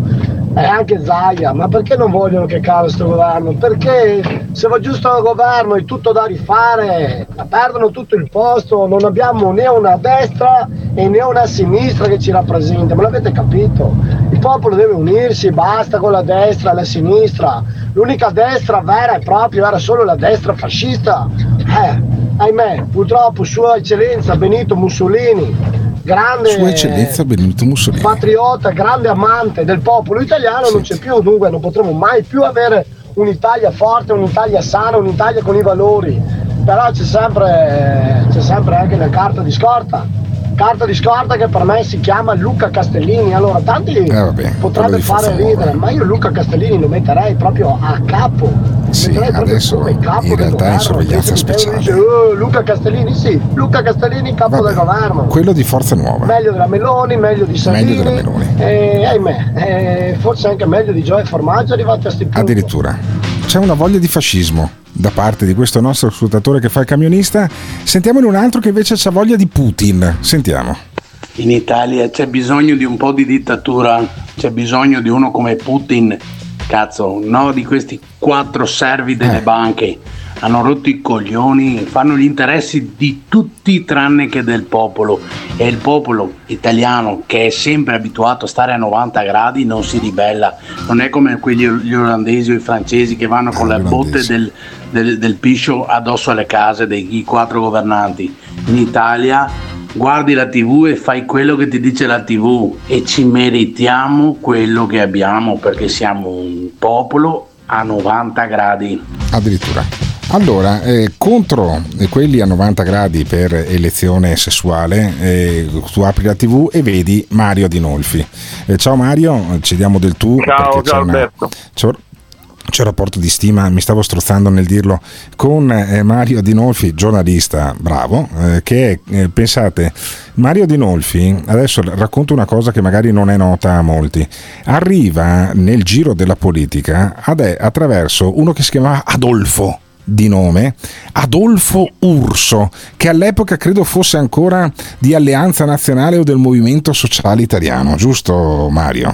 e anche Zaia, ma perché non vogliono che cade questo governo? Perché se va giusto al governo è tutto da rifare, perdono tutto il posto, non abbiamo né una destra e né una sinistra che ci rappresenta, ma l'avete capito? Il popolo deve unirsi, basta con la destra e la sinistra, l'unica destra vera e propria era solo la destra fascista, eh, ahimè, purtroppo Sua Eccellenza Benito Mussolini, grande Sua Eccellenza Benito Mussolini, patriota, grande amante del popolo italiano, sì, non c'è più, dunque non potremo mai più avere un'Italia forte, un'Italia sana, un'Italia con i valori, però c'è sempre, c'è sempre anche la carta di scorta, carta di scorta che per me si chiama Luca Castellini. Allora tanti eh, vabbè, potrebbe fare ridere, ma io Luca Castellini lo metterei proprio a capo. Sì, adesso in realtà è in sorveglianza speciale. Dice, oh, Luca Castellini, sì, Luca Castellini capo vabbè, del governo. Quello di Forza Nuova. Meglio della Meloni, meglio di Salvini. Meglio della Meloni. E ahimè, eh, forse anche meglio di Gioia Formaggio arrivati a sti punti. Addirittura. C'è una voglia di fascismo da parte di questo nostro ascoltatore che fa il camionista. Sentiamone un altro che invece c'ha voglia di Putin. Sentiamo. In Italia c'è bisogno di un po' di dittatura, c'è bisogno di uno come Putin. Cazzo, no, di questi quattro servi delle eh. banche hanno rotto i coglioni, fanno gli interessi di tutti tranne che del popolo, e il popolo italiano, che è sempre abituato a stare a novanta gradi, non si ribella. Non è come quegli gli olandesi o i francesi che vanno con le botte del, del, del piscio addosso alle case dei quattro governanti. In Italia guardi la tivù e fai quello che ti dice la tivù, e ci meritiamo quello che abbiamo perché siamo un popolo a novanta gradi. Addirittura. Allora, eh, contro quelli a novanta gradi per elezione sessuale, eh, tu apri la tivù e vedi Mario Adinolfi. Eh, ciao Mario, ci diamo del tu. Ciao, ciao Alberto. C'è, c'è un rapporto di stima, mi stavo strozzando nel dirlo, con eh, Mario Adinolfi, giornalista bravo, eh, che eh, pensate, Mario Adinolfi, adesso racconto una cosa che magari non è nota a molti, arriva nel giro della politica ad, attraverso uno che si chiamava Adolfo, di nome Adolfo Urso, che all'epoca credo fosse ancora di Alleanza Nazionale o del Movimento Sociale Italiano, giusto Mario?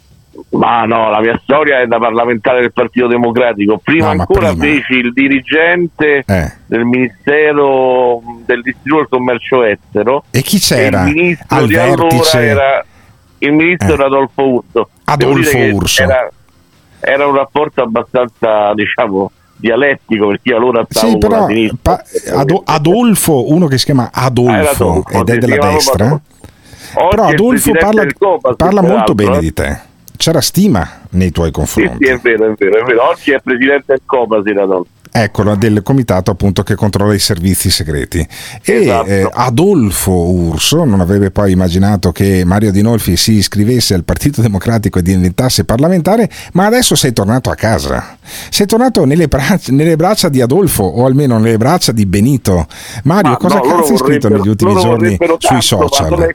Ma no, la mia storia è da parlamentare del Partito Democratico. Prima no, ancora prima. feci il dirigente eh. del Ministero dell'Istituto del Commercio Estero. E chi c'era? E il ministro al di vertice? Allora era il ministro eh. era Adolfo Urso. Adolfo Urso. Era, era un rapporto abbastanza, diciamo, dialettico, perché io allora stavo sì, però, con la sinistra. Pa- Ad- Adolfo, uno che si chiama Adolfo, Adolfo ed è della destra. Però Adolfo parla, Copasi, parla molto bene eh? di te. C'era stima nei tuoi confronti. Sì, sì, è vero, è vero, è vero. Oggi è presidente del Copasi, Adolfo. Eccolo, del comitato appunto che controlla i servizi segreti. E esatto. eh, Adolfo Urso non avrebbe poi immaginato che Mario Adinolfi si iscrivesse al Partito Democratico e diventasse parlamentare, ma adesso sei tornato a casa. Sei tornato nelle braccia, nelle braccia di Adolfo, o almeno nelle braccia di Benito. Mario, ma cosa no, cazzo hai scritto negli ultimi giorni sui tanto, social?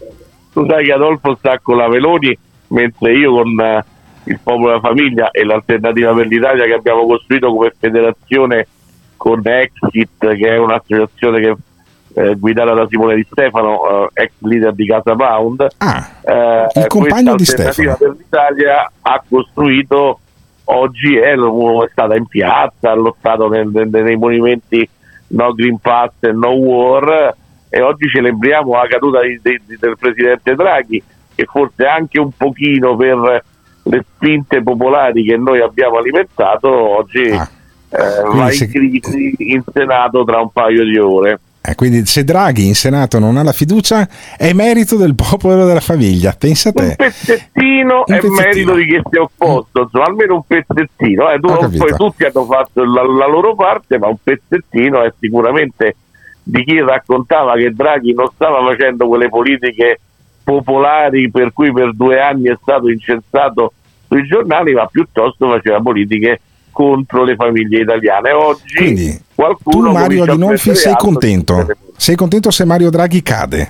Tu sai che Adolfo sta con la Meloni, mentre io con uh, il Popolo della Famiglia e l'Alternativa per l'Italia, che abbiamo costruito come federazione con Exit, che è un'associazione che eh, guidata da Simone Di Stefano, eh, ex leader di Casa Pound, ah, eh, il compagno di Stefano, per l'Italia ha costruito, oggi è, è stata in piazza, ha lottato nel, nel, nei movimenti No Green Pass e No War, e oggi celebriamo la caduta di, di, del presidente Draghi, che forse anche un pochino per le spinte popolari che noi abbiamo alimentato oggi ah, eh, va in crisi in Senato tra un paio di ore. Eh, quindi se Draghi in Senato non ha la fiducia è merito del Popolo della Famiglia, pensa te. Un pezzettino un è pezzettino. merito di chi si è opposto, insomma, almeno un pezzettino. Eh, tu, poi tutti hanno fatto la, la loro parte, ma un pezzettino è sicuramente di chi raccontava che Draghi non stava facendo quelle politiche popolari per cui per due anni è stato incensato sui giornali, ma piuttosto faceva politiche contro le famiglie italiane. Oggi quindi qualcuno, tu Mario Adinolfi sei contento? Sei contento se Mario Draghi cade?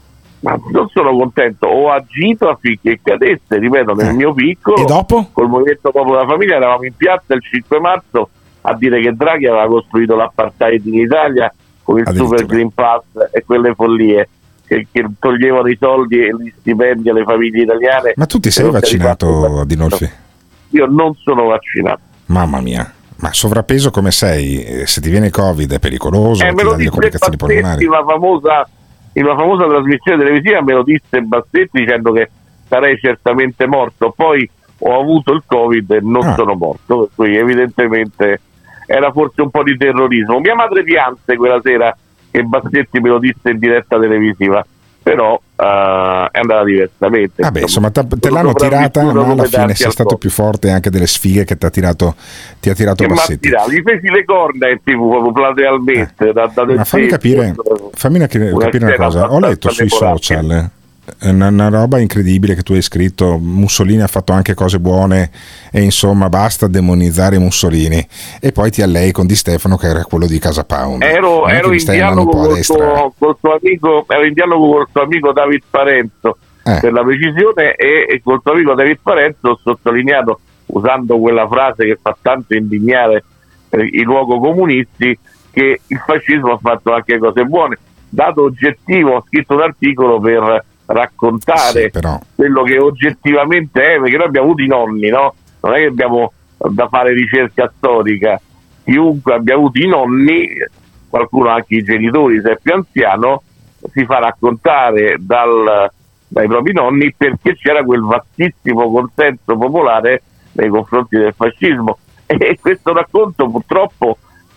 Ma non sono contento, ho agito affinché cadesse, ripeto, nel eh. mio piccolo. E dopo? Col Movimento Popolo della Famiglia eravamo in piazza il cinque marzo a dire che Draghi aveva costruito l'apartheid in Italia con il Super Green Pass e quelle follie. che, che toglievano i soldi e gli stipendi alle famiglie italiane. Ma tu ti sei vaccinato, Dinolfi? Io non sono vaccinato. Mamma mia, ma sovrappeso come sei? Se ti viene Covid è pericoloso, Eh, ti me lo dà delle disse complicazioni Bassetti, polmonari. la famosa, in una famosa trasmissione televisiva me lo disse Bassetti dicendo che sarei certamente morto. Poi ho avuto il Covid e non Ah. sono morto, per cui evidentemente era forse un po' di terrorismo. Mia madre pianse quella sera che Bassetti me lo disse in diretta televisiva, però uh, è andata diversamente. Vabbè, insomma, te, te l'hanno tirata, ma alla fine sei stato più forte anche delle sfighe che ti ha tirato, ti ha tirato Che m'ha Bassetti. tirato, gli feci le corna in tv proprio platealmente. Eh. Da, da Ma fammi capire, fammi una- capire una scena cosa. Ho letto sui abbastanza social eh, una, una roba incredibile che tu hai scritto. Mussolini ha fatto anche cose buone e insomma basta demonizzare Mussolini. E poi ti allei con Di Stefano che era quello di Casa Pound. Ero, Non è che ero, mi in stai andando un dialogo po' a col destra. suo, col suo amico, ero in dialogo col suo amico David Parenzo Eh. per la precisione e, e col suo amico David Parenzo ho sottolineato, usando quella frase che fa tanto indignare eh, i luogo comunisti, che il fascismo ha fatto anche cose buone. Dato oggettivo, ho scritto un articolo per raccontare Sì, però. quello che oggettivamente è, perché noi abbiamo avuto i nonni, no? Non è che abbiamo da fare ricerca storica. Chiunque abbia avuto i nonni, qualcuno anche i genitori se è più anziano, si fa raccontare dal, dai propri nonni perché c'era quel vastissimo consenso popolare nei confronti del fascismo, e questo racconto purtroppo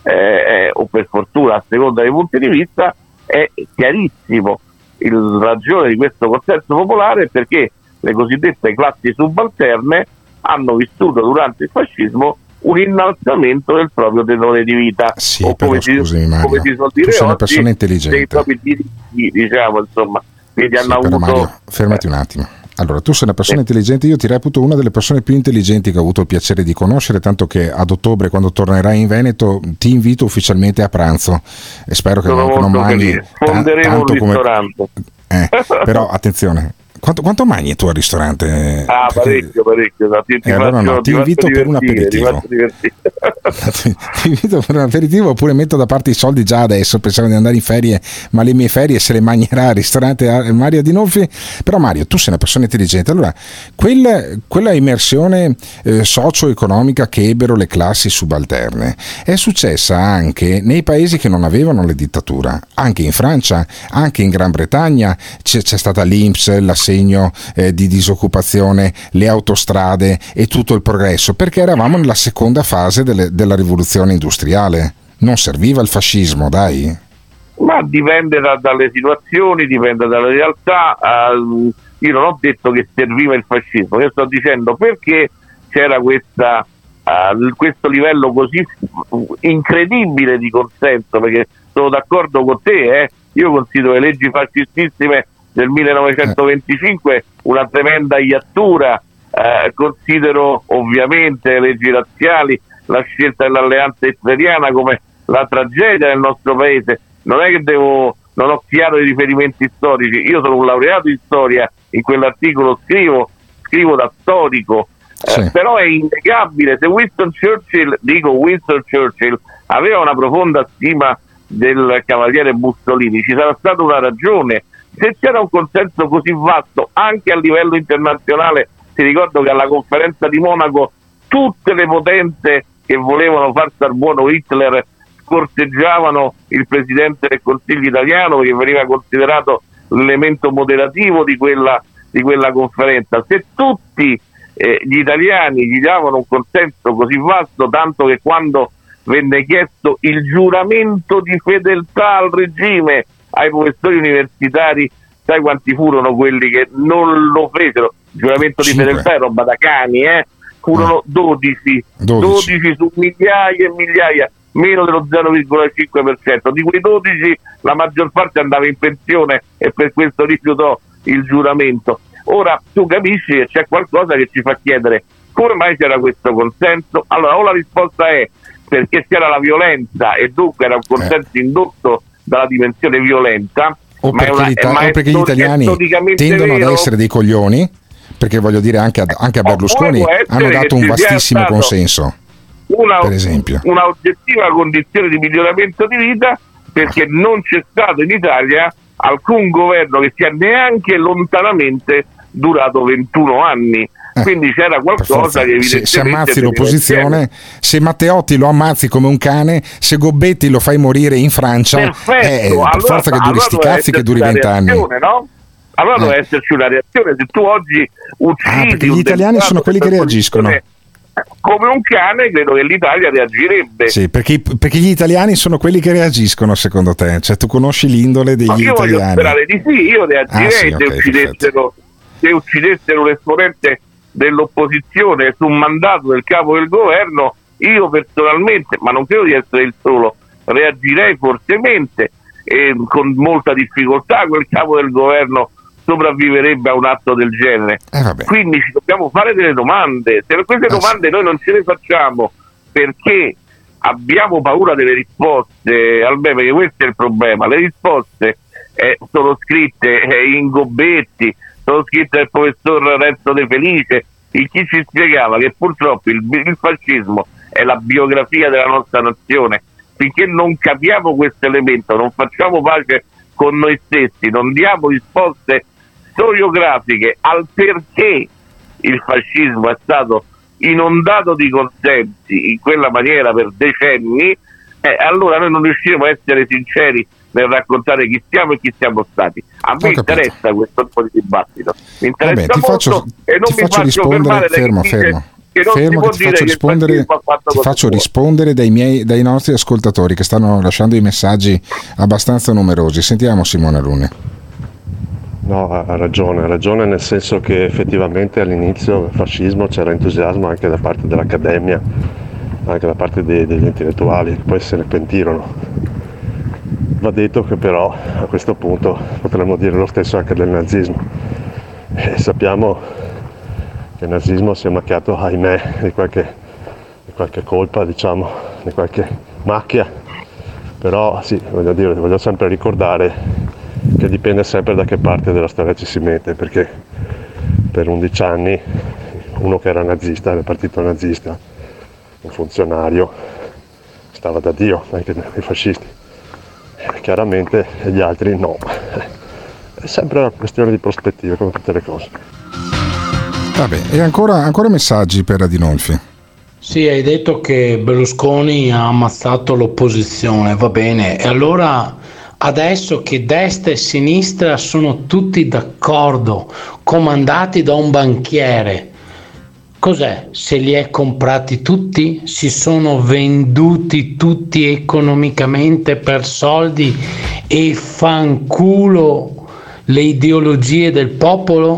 eh, o per fortuna a seconda dei punti di vista è chiarissimo. Il ragione di questo consenso popolare è perché le cosiddette classi subalterne hanno vissuto durante il fascismo un innalzamento del proprio tenore di vita, Sì, o però come, si, scusami, Mario, come si suol tu dire sei una oggi, persona intelligente. dei propri diritti, diciamo, insomma, quindi Sì, hanno però avuto Mario, fermati un attimo. Allora, tu sei una persona Sì. intelligente, io ti reputo una delle persone più intelligenti che ho avuto il piacere di conoscere, tanto che ad ottobre, quando tornerai in Veneto, ti invito ufficialmente a pranzo e spero che sono non, che non molto mangi felice. ta- Fonderemo un tanto come... ristorante. Eh, però attenzione, quanto, quanto mangi tu al ristorante? Ah, Perché- parecchio, parecchio. no, Ti, ti Eh, allora faccio- no, ti faccio invito per un divertire, ti aperitivo. faccio divertire. ti, ti invito per un aperitivo, oppure metto da parte i soldi già adesso pensando di andare in ferie, ma le mie ferie se le mangerà al ristorante a- Mario Dinolfi. Però Mario, tu sei una persona intelligente, allora quella, quella immersione eh, socio-economica che ebbero le classi subalterne è successa anche nei paesi che non avevano la dittatura, anche in Francia, anche in Gran Bretagna c'è, c'è stata l'I N P S, l'assegno eh, di disoccupazione, le autostrade e tutto il progresso, perché eravamo nella seconda fase delle- della rivoluzione industriale. Non serviva il fascismo, dai. Ma dipende da- dalle situazioni, dipende dalle realtà. eh, io non ho detto che serviva il fascismo, io sto dicendo perché c'era questa, eh, questo livello così incredibile di consenso, perché sono d'accordo con te, eh, io considero le leggi fascistissime del millenovecentoventicinque una tremenda iattura, eh, considero ovviamente le leggi razziali, la scelta dell'alleanza hitleriana come la tragedia del nostro paese. Non è che devo, non ho chiaro i riferimenti storici, io sono un laureato in storia, in quell'articolo scrivo, scrivo da storico, eh, Sì. però è innegabile, se Winston Churchill, dico Winston Churchill, aveva una profonda stima del cavaliere Mussolini, ci sarà stata una ragione. Se c'era un consenso così vasto anche a livello internazionale, ti ricordo che alla conferenza di Monaco tutte le potenze che volevano far star buono Hitler scorteggiavano il presidente del Consiglio italiano, che veniva considerato l'elemento moderativo di quella, di quella conferenza. Se tutti eh, gli italiani gli davano un consenso così vasto, tanto che quando venne chiesto il giuramento di fedeltà al regime ai professori universitari, sai quanti furono quelli che non lo fecero? Il giuramento di Cinque. fedeltà è roba da cani, eh? Furono dodici, dodici. dodici su migliaia e migliaia, meno dello zero virgola cinque per cento. Di quei dodici la maggior parte andava in pensione e per questo rifiutò il giuramento. Ora tu capisci che c'è qualcosa che ci fa chiedere come mai c'era questo consenso. Allora, o la risposta è perché c'era la violenza e dunque era un consenso Eh. indotto dalla dimensione violenta, O ma è perché, una- l'Ita- ma o è perché gli sto- è italiani storicamente tendono ad vero. essere dei coglioni, perché voglio dire anche a, anche a Berlusconi Oppure può essere hanno che dato un ci sia vastissimo stato consenso, una, per esempio. una oggettiva condizione di miglioramento di vita, perché non c'è stato in Italia alcun governo che sia neanche lontanamente durato ventuno anni. Quindi c'era qualcosa che evidentemente... Se, se ammazzi l'opposizione, se Matteotti lo ammazzi come un cane, se Gobbetti lo fai morire in Francia, Perfetto, eh, per allora, forza che duri allora sti cazzi che duri vent'anni. No? Allora eh. deve esserci una reazione. Se tu oggi uccidi... Ah, perché gli italiani sono quelli che reagiscono. Come un cane, credo che l'Italia reagirebbe. Sì, perché, perché gli italiani sono quelli che reagiscono, secondo te? Cioè, tu conosci l'indole degli Ma io italiani? Io voglio sperare di sì, io reagirei ah, sì, okay, se, uccidessero, se uccidessero un esponente dell'opposizione su un mandato del capo del governo. Io personalmente, ma non credo di essere il solo, reagirei fortemente e con molta difficoltà quel capo del governo sopravviverebbe a un atto del genere. Eh, Quindi ci dobbiamo fare delle domande. Se queste domande noi non ce le facciamo perché abbiamo paura delle risposte, almeno perché questo è il problema, le risposte eh, sono scritte eh, in Gobbetti, sono scritte dal professor Renzo De Felice, in chi ci spiegava che purtroppo il, il fascismo è la biografia della nostra nazione. Finché non capiamo questo elemento, non facciamo pace con noi stessi, non diamo risposte storiografiche al perché il fascismo è stato inondato di consensi in quella maniera per decenni, eh, allora noi non riusciremo a essere sinceri nel raccontare chi siamo e chi siamo stati. A me interessa questo tipo di dibattito, mi interessa Vabbè, ti molto faccio, e non ti mi faccio faccio rispondere, fermare da fermo, chi fermo. dice che non Fermo si può che ti dire faccio che rispondere, il fascismo ha fatto ti cose faccio buone. rispondere dai, miei, dai nostri ascoltatori che stanno lasciando i messaggi abbastanza numerosi. Sentiamo Simone Alunni. No, ha ragione, ha ragione nel senso che effettivamente all'inizio del fascismo c'era entusiasmo anche da parte dell'accademia, anche da parte dei, degli intellettuali, poi se ne pentirono. Va detto che però a questo punto potremmo dire lo stesso anche del nazismo. E sappiamo che il nazismo si è macchiato, ahimè, di qualche, di qualche colpa, diciamo, di qualche macchia, però sì, voglio dire, voglio sempre ricordare che dipende sempre da che parte della storia ci si mette, perché per undici anni uno che era nazista, del partito nazista, un funzionario, stava da Dio, anche i fascisti, e chiaramente gli altri no. È sempre una questione di prospettive, come tutte le cose. Vabbè, e ancora, ancora messaggi per Adinolfi. Sì, hai detto che Berlusconi ha ammazzato l'opposizione, va bene, e allora adesso che destra e sinistra sono tutti d'accordo, comandati da un banchiere, cos'è? Se li è comprati tutti? Si sono venduti tutti economicamente per soldi e fanculo le ideologie del popolo?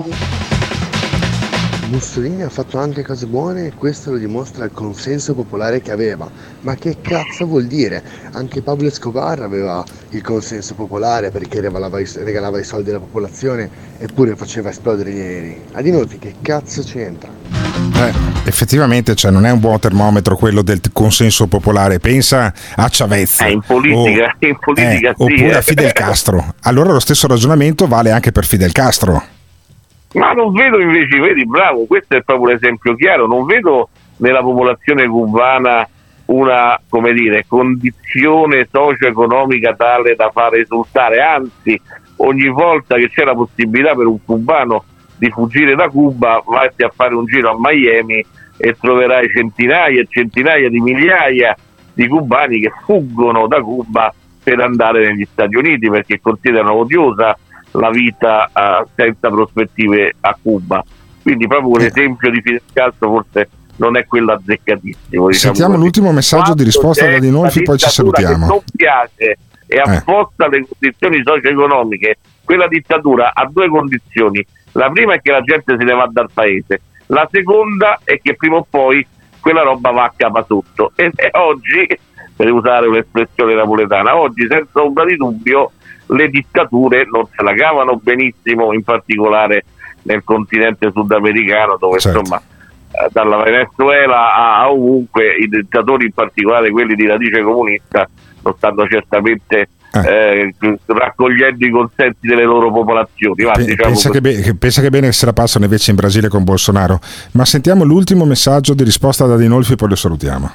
Mussolini ha fatto anche cose buone e questo lo dimostra il consenso popolare che aveva. Ma che cazzo vuol dire? Anche Pablo Escobar aveva il consenso popolare perché regalava i, regalava i soldi alla popolazione eppure faceva esplodere gli aerei. Adinolfi, che cazzo c'entra? Eh, effettivamente, cioè, non è un buon termometro quello del consenso popolare. Pensa a Chavez eh, in politica, o, in politica eh, sì, oppure eh. a Fidel Castro. Allora lo stesso ragionamento vale anche per Fidel Castro. Ma non vedo invece, vedi, bravo, questo è proprio l'esempio chiaro, non vedo nella popolazione cubana una, come dire, condizione socio-economica tale da far esultare, anzi ogni volta che c'è la possibilità per un cubano di fuggire da Cuba, vai a fare un giro a Miami e troverai centinaia e centinaia di migliaia di cubani che fuggono da Cuba per andare negli Stati Uniti perché considerano odiosa la vita uh, senza prospettive a Cuba. Quindi proprio un esempio di Fidel Castro forse non è quello azzeccatissimo. Diciamo Sentiamo così. l'ultimo messaggio di risposta da Adinolfi, poi ci salutiamo. Non piace e apposta le condizioni socio-economiche. Quella dittatura ha due condizioni: la prima è che la gente se ne va dal paese, la seconda è che prima o poi quella roba va a capa sotto. E, e oggi, per usare un'espressione napoletana, oggi senza ombra di dubbio le dittature non se la cavano benissimo, in particolare nel continente sudamericano, dove certo. insomma eh, dalla Venezuela a, a ovunque i dittatori, in particolare quelli di radice comunista, non stanno certamente eh. Eh, raccogliendo i consensi delle loro popolazioni. Va, P- diciamo pensa, che be- pensa che bene che se la passano invece in Brasile con Bolsonaro. Ma sentiamo l'ultimo messaggio di risposta da Adinolfi, poi lo salutiamo.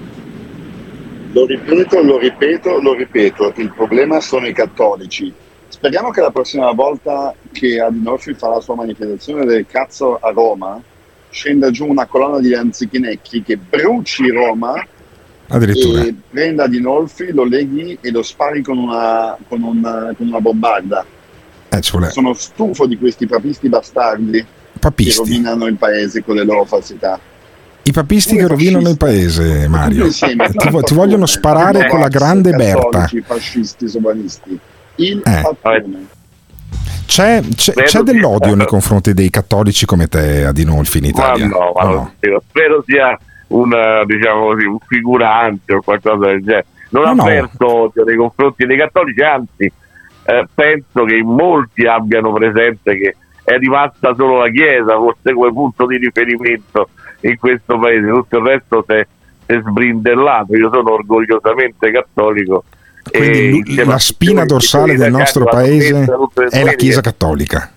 Lo ripeto, lo ripeto, lo ripeto, il problema sono i cattolici. speriamo che la prossima volta che Adinolfi fa la sua manifestazione del cazzo a Roma scenda giù una colonna di anzichinecchi che bruci Roma addirittura e prenda Adinolfi, lo leghi e lo spari con una, con una, con una bombarda. Eh, ci vuole... Sono stufo di questi papisti bastardi papisti. che rovinano il paese con le loro falsità. I papisti Pure che rovinano il paese, Mario. Insieme, ti, vo- ti vogliono sparare con la grande Berta. Fascisti, sovranisti. Il Eh. patrone. C'è, c'è, c'è dell'odio nei confronti dei cattolici come te, Adinolfi, in Italia? Ma no, ma O non spero. Spero sia un, diciamo così, un figurante o qualcosa del genere. Non No, no. avverto odio nei confronti dei cattolici, anzi eh, penso che in molti abbiano presente che è rimasta solo la Chiesa, forse come punto di riferimento in questo paese, tutto il resto si è, si è sbrindellato. Io sono orgogliosamente cattolico. Quindi e la spina dorsale del nostro paese è la Chiesa Cattolica.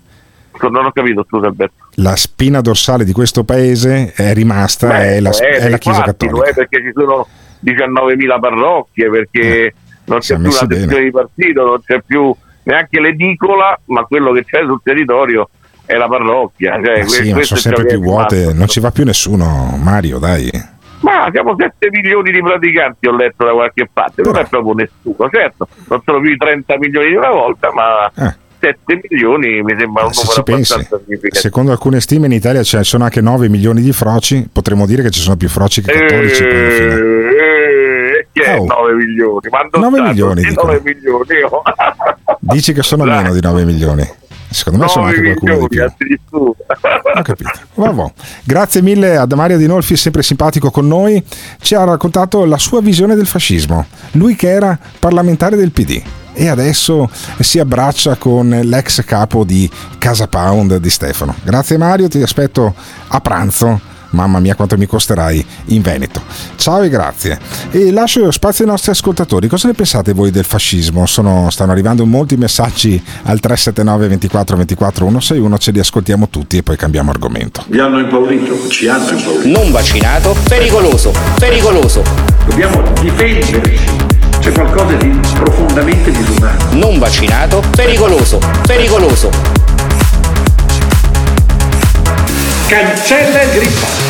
Non ho capito, scusa Alberto. La spina dorsale di questo paese è rimasta, Beh, è la, eh, è la Chiesa infatti, Cattolica. lo è perché ci sono diciannovemila parrocchie, perché Eh, non c'è siamo più messi una sezione bene. di partito, non c'è più neanche l'edicola, ma quello che c'è sul territorio è la parrocchia. Cioè, Ma que- sì, ma questo sono è ciò sempre che è più vuote, rimasto. non ci va più nessuno, Mario, dai. Ma siamo sette milioni di praticanti, ho letto da qualche parte, non è proprio nessuno, certo, non sono più di trenta milioni di una volta, ma Eh. sette milioni mi sembra un Se numero ci pensi, abbastanza significativo. secondo alcune stime in Italia ci sono anche nove milioni di froci, potremmo dire che ci sono più froci che cattolici. poi alla fine. Eh, che è Oh. nove milioni? Ma non nove sanno, milioni, sì, dicono. nove milioni. oh. Dici che sono meno di nove milioni. Secondo me sono nove anche qualcuno di milioni, più. addirittura. Ho capito. Vabbè. Grazie mille a Mario Adinolfi, sempre simpatico con noi. Ci ha raccontato la sua visione del fascismo. Lui che era parlamentare del P D e adesso si abbraccia con l'ex capo di Casa Pound di Stefano. Grazie Mario, ti aspetto a pranzo. Mamma mia quanto mi costerai in Veneto. Ciao e grazie. E lascio spazio ai nostri ascoltatori. Cosa ne pensate voi del fascismo? Sono, stanno arrivando molti messaggi al tre sette nove due quattro due quattro uno sei uno, ce li ascoltiamo tutti e poi cambiamo argomento. Vi hanno impaurito, ci hanno impaurito. Non vaccinato, pericoloso, pericoloso. Dobbiamo difenderci. C'è qualcosa di profondamente disumano. Non vaccinato, pericoloso, pericoloso. Cancella il Green Pass.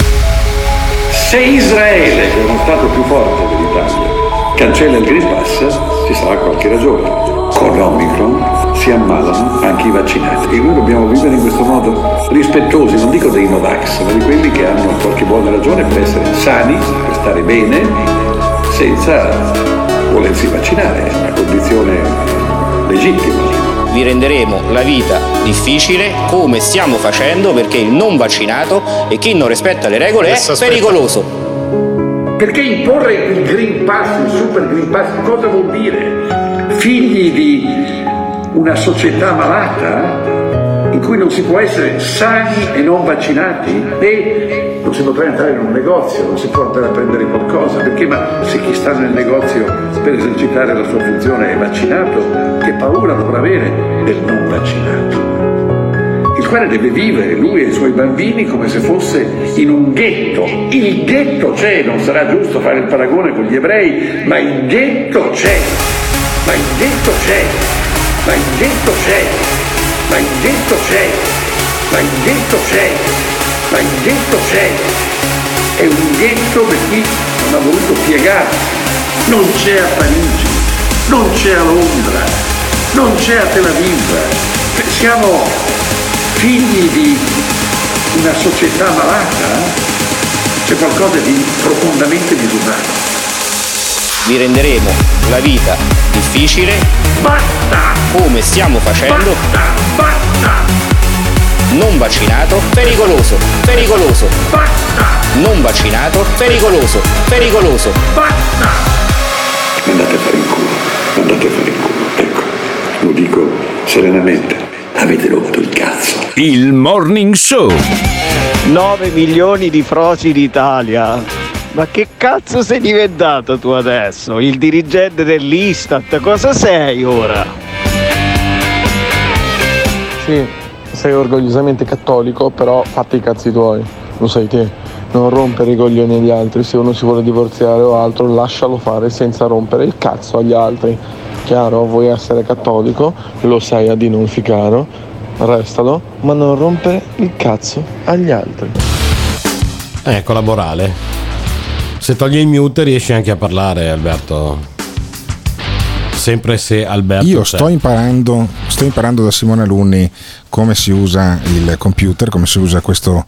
Se Israele, che è uno stato più forte dell'Italia, cancella il Green Pass, ci sarà qualche ragione. Con l'Omicron si ammalano anche i vaccinati e noi dobbiamo vivere in questo modo, rispettosi, non dico dei Novax, ma di quelli che hanno qualche buona ragione per essere sani, per stare bene, senza volersi vaccinare. È una condizione legittima. Vi renderemo la vita difficile come stiamo facendo perché il non vaccinato e chi non rispetta le regole è pericoloso. Perché imporre il Green Pass, il Super Green Pass, cosa vuol dire? Figli di una società malata in cui non si può essere sani e non vaccinati e non si potrà entrare in un negozio, non si può andare a prendere qualcosa, perché ma se chi sta nel negozio per esercitare la sua funzione è vaccinato, che paura dovrà avere del non vaccinato? Il quale deve vivere lui e i suoi bambini come se fosse in un ghetto. Il ghetto c'è, non sarà giusto fare il paragone con gli ebrei, ma il ghetto c'è, ma il ghetto c'è, ma il ghetto c'è, ma il ghetto c'è, ma il ghetto c'è, ma il ghetto c'è. È un ghetto per chi non ha voluto piegarsi. Non c'è a Parigi, non c'è a Londra, non c'è a Tel Aviv. Siamo figli di una società malata. C'è qualcosa di profondamente disumano. Vi renderemo la vita difficile. Basta! Come stiamo facendo. Basta! Basta! Non vaccinato, pericoloso, pericoloso. Basta! Non vaccinato, pericoloso, pericoloso. Basta! Andate a fare in culo, andate a fare in culo, ecco, lo dico serenamente, avete rotto il cazzo. Il Morning Show. nove milioni di froci d'Italia. Ma che cazzo sei diventato tu adesso? Il dirigente dell'Istat? Cosa sei ora? Sì, sei orgogliosamente cattolico, però fatti i cazzi tuoi, lo sai te. Non rompere i coglioni agli altri, se uno si vuole divorziare o altro lascialo fare senza rompere il cazzo agli altri. Chiaro, vuoi essere cattolico, lo sai Adinolfi caro, restalo, ma non rompere il cazzo agli altri. Ecco la morale. Se togli il mute riesci anche a parlare, Alberto. Sempre se Alberto io c'è. sto imparando sto imparando da Simone Alunni come si usa il computer, come si usa questo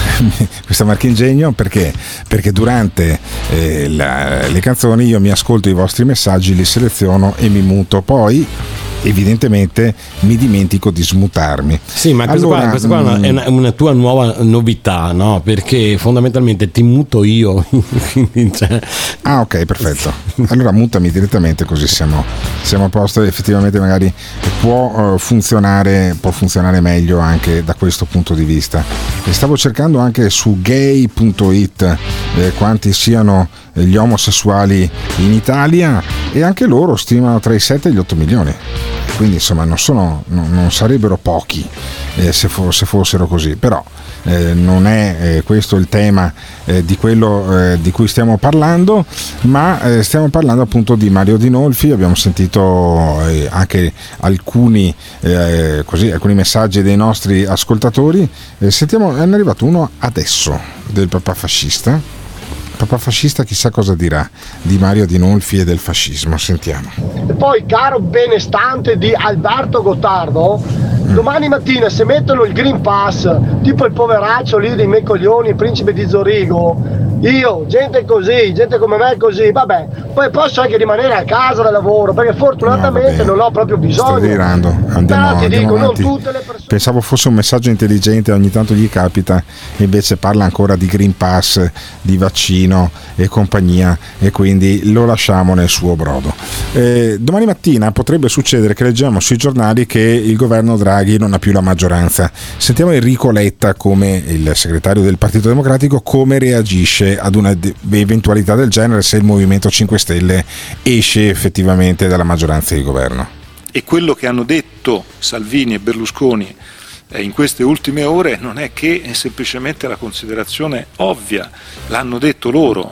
questa marchingegno, perché perché durante eh, la, le canzoni io mi ascolto i vostri messaggi, li seleziono e mi muto, poi evidentemente mi dimentico di smutarmi. Sì, ma questa, allora, qua, questa qua mh, è una, una tua nuova novità, no? Perché fondamentalmente ti muto io. Quindi, cioè... Ah, ok, perfetto. Allora mutami direttamente, così siamo, siamo a posto. Effettivamente magari può uh, funzionare può funzionare meglio anche da questo punto di vista. E stavo cercando anche su gay punto it eh, quanti siano gli omosessuali in Italia, e anche loro stimano tra i sette e gli otto milioni. Quindi insomma non, sono, non, non sarebbero pochi eh, se, fo, se fossero così, però eh, non è eh, questo il tema eh, di quello eh, di cui stiamo parlando, ma eh, stiamo parlando appunto di Mario Adinolfi. Abbiamo sentito eh, anche alcuni, eh, così, alcuni messaggi dei nostri ascoltatori. Eh, sentiamo, è arrivato uno adesso del papà fascista. Papà fascista chissà cosa dirà di Mario Adinolfi e del fascismo, sentiamo. E poi, caro benestante di Alberto Gottardo, mm. domani mattina se mettono il Green Pass, tipo il poveraccio lì dei miei coglioni, il principe di Zorigo, io, gente così, gente come me così, vabbè, poi posso anche rimanere a casa da lavoro, perché fortunatamente no, non ho proprio bisogno. Sto delirando, andiamo, Però ti andiamo dico, avanti. non tutte le persone. Pensavo fosse un messaggio intelligente, ogni tanto gli capita, invece parla ancora di Green Pass, di vaccino e compagnia, e quindi lo lasciamo nel suo brodo. Eh, domani mattina potrebbe succedere che leggiamo sui giornali che il governo Draghi non ha più la maggioranza. Sentiamo Enrico Letta, come il segretario del Partito Democratico, come reagisce ad una eventualità del genere se il Movimento cinque Stelle esce effettivamente dalla maggioranza di governo. E quello che hanno detto Salvini e Berlusconi in queste ultime ore non è che è semplicemente la considerazione ovvia, l'hanno detto loro,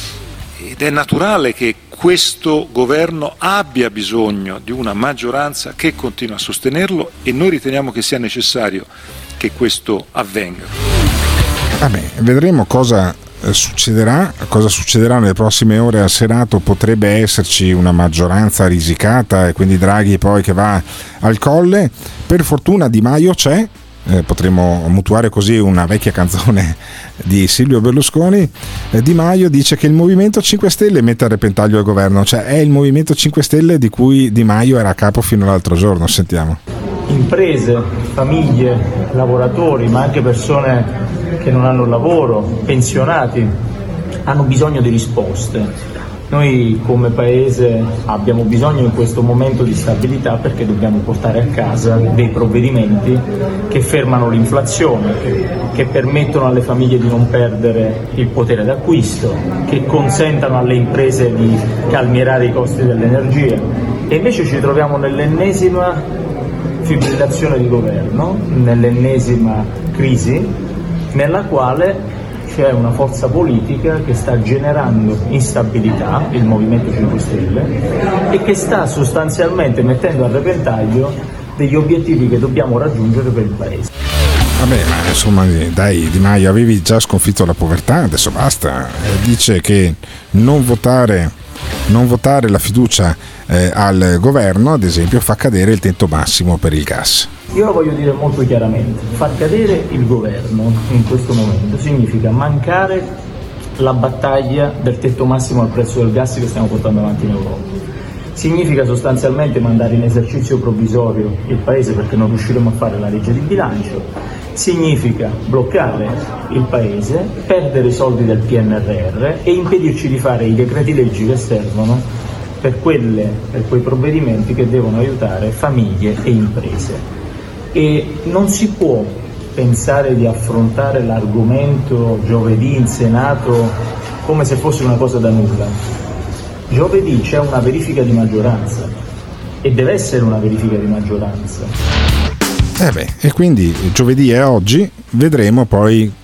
ed è naturale che questo governo abbia bisogno di una maggioranza che continua a sostenerlo, e noi riteniamo che sia necessario che questo avvenga. Vabbè, vedremo cosa succederà, cosa succederà nelle prossime ore al Senato. Potrebbe esserci una maggioranza risicata e quindi Draghi poi che va al colle. Per fortuna Di Maio c'è, eh, potremmo mutuare così una vecchia canzone di Silvio Berlusconi. eh, Di Maio dice che il Movimento cinque Stelle mette a repentaglio il governo, cioè è il Movimento cinque Stelle di cui Di Maio era a capo fino all'altro giorno. Sentiamo. Imprese, famiglie, lavoratori, ma anche persone che non hanno lavoro, pensionati, hanno bisogno di risposte. Noi come Paese abbiamo bisogno in questo momento di stabilità, perché dobbiamo portare a casa dei provvedimenti che fermano l'inflazione, che, che permettono alle famiglie di non perdere il potere d'acquisto, che consentano alle imprese di calmierare i costi dell'energia. E invece ci troviamo nell'ennesima fibrillazione di governo, nell'ennesima crisi nella quale c'è una forza politica che sta generando instabilità, il Movimento cinque Stelle, e che sta sostanzialmente mettendo a repentaglio degli obiettivi che dobbiamo raggiungere per il Paese. Vabbè, ma insomma, dai, Di Maio, avevi già sconfitto la povertà, adesso basta. Dice che non votare non votare la fiducia eh, al governo, ad esempio, fa cadere il tetto massimo per il gas. Io lo voglio dire molto chiaramente: far cadere il governo in questo momento significa mancare la battaglia del tetto massimo al prezzo del gas che stiamo portando avanti in Europa. Significa sostanzialmente mandare in esercizio provvisorio il Paese, perché non riusciremo a fare la legge di bilancio. Significa bloccare il Paese, perdere i soldi del P N R R e impedirci di fare i decreti leggi che servono per, quelle, per quei provvedimenti che devono aiutare famiglie e imprese. E non si può pensare di affrontare l'argomento giovedì in Senato come se fosse una cosa da nulla. Giovedì c'è una verifica di maggioranza e deve essere una verifica di maggioranza. Eh beh, e quindi giovedì e oggi vedremo poi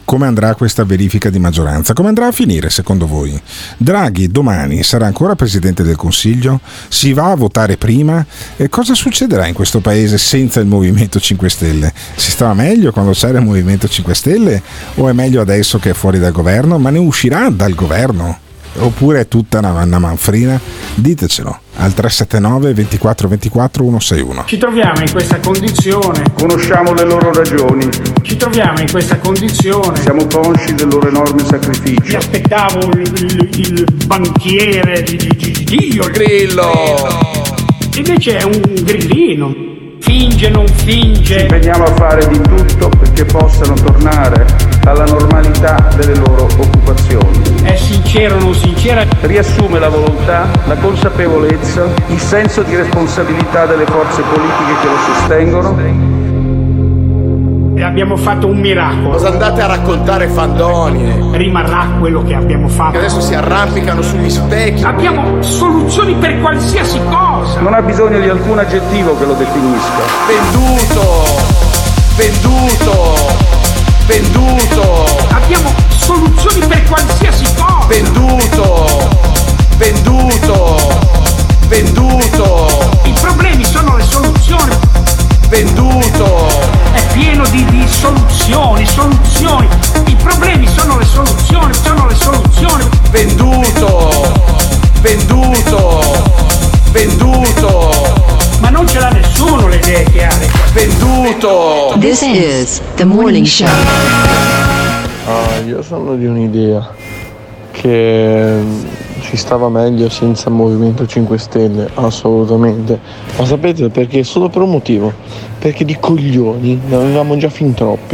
come andrà questa verifica di maggioranza, come andrà a finire secondo voi? Draghi domani sarà ancora Presidente del Consiglio? Si va a votare prima? E cosa succederà in questo paese senza il Movimento cinque Stelle? Si stava meglio quando c'era il Movimento cinque Stelle o è meglio adesso che è fuori dal governo? Ma ne uscirà dal governo? Oppure è tutta una, una manfrina? Ditecelo al tre sette nove ventiquattro ventiquattro centosessantuno. Ci troviamo in questa condizione. Conosciamo le loro ragioni. Ci troviamo in questa condizione. Siamo consci del loro enorme sacrificio. Mi aspettavo il, il, il banchiere di, di, di, di Dio. Il grillo. Invece è un grillino. Finge, non finge. Ci impegniamo a fare di tutto perché possano tornare alla normalità delle loro occupazioni. È sincero o non sincera? Riassume la volontà, la consapevolezza, il senso di responsabilità delle forze politiche che lo sostengono. E abbiamo fatto un miracolo. Cosa andate a raccontare fandonie? Rimarrà quello che abbiamo fatto. Che adesso si arrampicano sugli specchi. Abbiamo soluzioni per qualsiasi cosa. Non ha bisogno di alcun aggettivo che lo definisca. Venduto! Venduto! Venduto! Abbiamo soluzioni per qualsiasi cosa. Venduto! Venduto! Venduto! I problemi sono le soluzioni. Venduto! È pieno di, di soluzioni, soluzioni. I problemi sono le soluzioni, sono le soluzioni. Venduto! Venduto! Venduto! Ma non ce l'ha nessuno le idee chiare. Venduto! This is the morning show. Ah, io sono di un'idea che ci stava meglio senza Movimento cinque Stelle, assolutamente. Ma sapete perché? Solo per un motivo, perché di coglioni ne avevamo già fin troppi.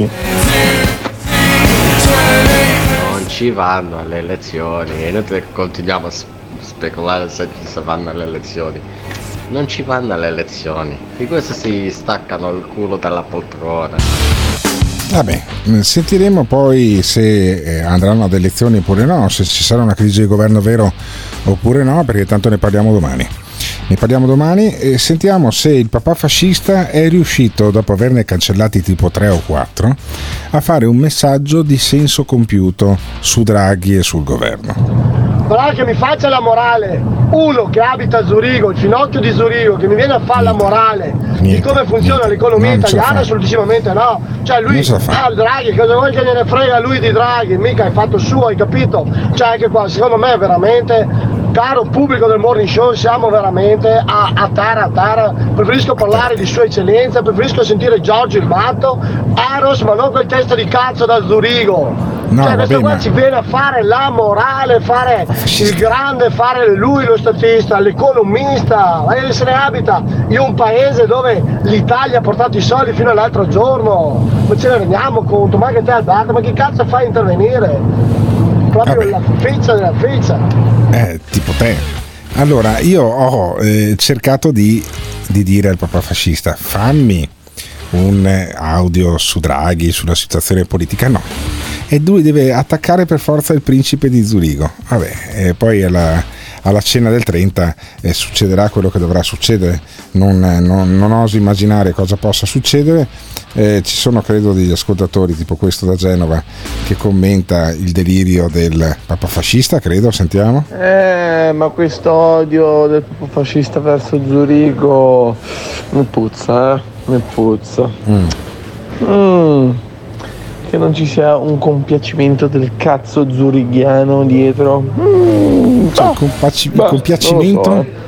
Non ci vanno alle elezioni, è inutile che continuiamo a speculare se ci vanno alle elezioni. Non ci vanno alle elezioni, di questo si staccano il culo dalla poltrona. Vabbè, sentiremo poi se andranno ad elezioni oppure no, se ci sarà una crisi di governo vero oppure no, perché tanto ne parliamo domani. Ne parliamo domani e sentiamo se il papà fascista è riuscito, dopo averne cancellati tipo tre o quattro, a fare un messaggio di senso compiuto su Draghi e sul governo. Però che mi faccia la morale, uno che abita a Zurigo, il finocchio di Zurigo, che mi viene a fare la morale niente, di come funziona niente, l'economia italiana, assolutamente no. Cioè lui, ah Draghi, cosa vuoi che gliene frega lui di Draghi? Mica hai fatto suo, hai capito? Cioè anche qua, secondo me veramente, caro pubblico del Morning Show, siamo veramente a, a tara a tara. Preferisco parlare di sua eccellenza, preferisco sentire Giorgio il matto, Eros, ma non quel testo di cazzo da Zurigo. No, cioè questo qua ma... ci viene a fare la morale, fare il grande, fare lui lo statista, l'economista, ma se ne abita in un paese dove l'Italia ha portato i soldi fino all'altro giorno, ma ce ne rendiamo conto, ma che te Alberto, ma che cazzo fai a intervenire? Proprio Vabbè. La feccia della feccia. Eh, tipo te. Allora, io ho eh, cercato di, di dire al papà fascista, fammi un audio su Draghi, sulla situazione politica, no. E lui deve attaccare per forza il principe di Zurigo. Vabbè, e poi alla, alla cena del trenta eh, succederà quello che dovrà succedere. Non, non, non oso immaginare cosa possa succedere. Eh, ci sono credo degli ascoltatori tipo questo da Genova che commenta il delirio del papa fascista, credo, sentiamo. Eh, ma questo odio del papa fascista verso Zurigo mi puzza, eh, mi puzza. Mm. Mm. Che non ci sia un compiacimento del cazzo zurighiano dietro. Mm, cioè, il, compaci- bah, il compiacimento so, eh.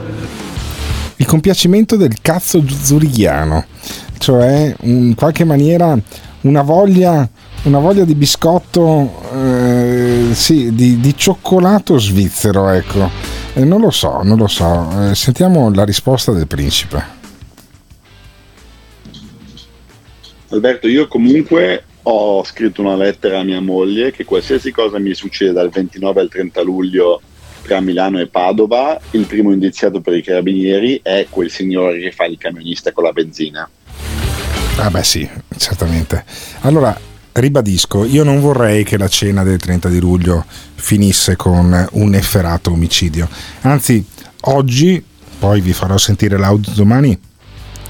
il compiacimento del cazzo zurighiano, cioè in qualche maniera una voglia una voglia di biscotto eh, sì, di, di cioccolato svizzero, ecco. Eh, non lo so, non lo so. Eh, sentiamo la risposta del principe. Alberto, io comunque ho scritto una lettera a mia moglie che qualsiasi cosa mi succede dal ventinove al trenta luglio tra Milano e Padova, il primo indiziato per i carabinieri è quel signore che fa il camionista con la benzina. Ah beh sì, certamente. Allora, ribadisco, io non vorrei che la cena del trenta di luglio finisse con un efferato omicidio. Anzi, oggi, poi vi farò sentire l'audio domani,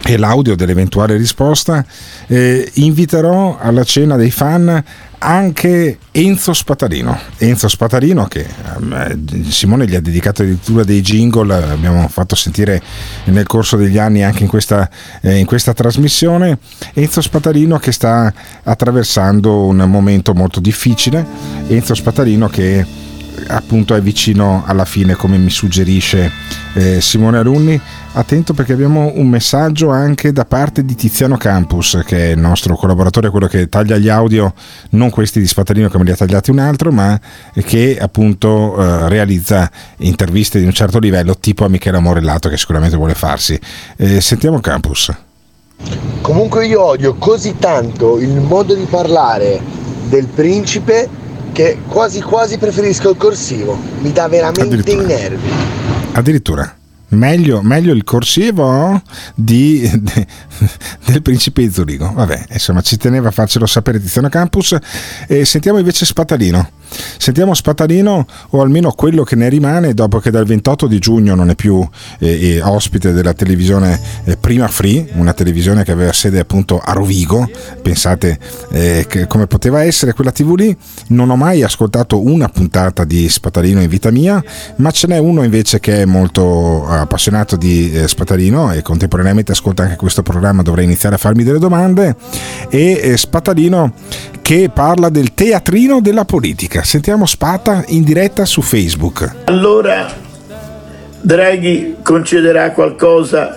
e l'audio dell'eventuale risposta, eh, inviterò alla cena dei fan anche Enzo Spatarino. Enzo Spatarino che eh, Simone gli ha dedicato addirittura dei jingle, abbiamo fatto sentire nel corso degli anni anche in questa, eh, in questa trasmissione. Enzo Spatarino che sta attraversando un momento molto difficile, Enzo Spatarino che appunto è vicino alla fine, come mi suggerisce eh, Simone Alunni. Attento, perché abbiamo un messaggio anche da parte di Tiziano Campus, che è il nostro collaboratore, quello che taglia gli audio, non questi di Spatarino che me li ha tagliati un altro, ma che appunto eh, realizza interviste di un certo livello, tipo a Michele Amorellato, che sicuramente vuole farsi. Eh, sentiamo Campus. Comunque io odio così tanto il modo di parlare del principe che quasi quasi preferisco il corsivo, mi dà veramente i nervi. Addirittura meglio, meglio il corsivo di, de, del principe di Zurigo. Vabbè, insomma, ci teneva a farcelo sapere Tiziano Campus. E sentiamo invece Spatarino. Sentiamo Spatarino, o almeno quello che ne rimane, dopo che dal ventotto di giugno non è più eh, eh, ospite della televisione eh, Prima Free, una televisione che aveva sede appunto a Rovigo. Pensate eh, che, come poteva essere quella tivù lì. Non ho mai ascoltato una puntata di Spatarino in vita mia, ma ce n'è uno invece che è molto appassionato di eh, Spatarino e contemporaneamente ascolta anche questo programma. Dovrei iniziare a farmi delle domande. E eh, Spatarino che parla del teatrino della politica. Sentiamo Spata in diretta su Facebook. Allora Draghi concederà qualcosa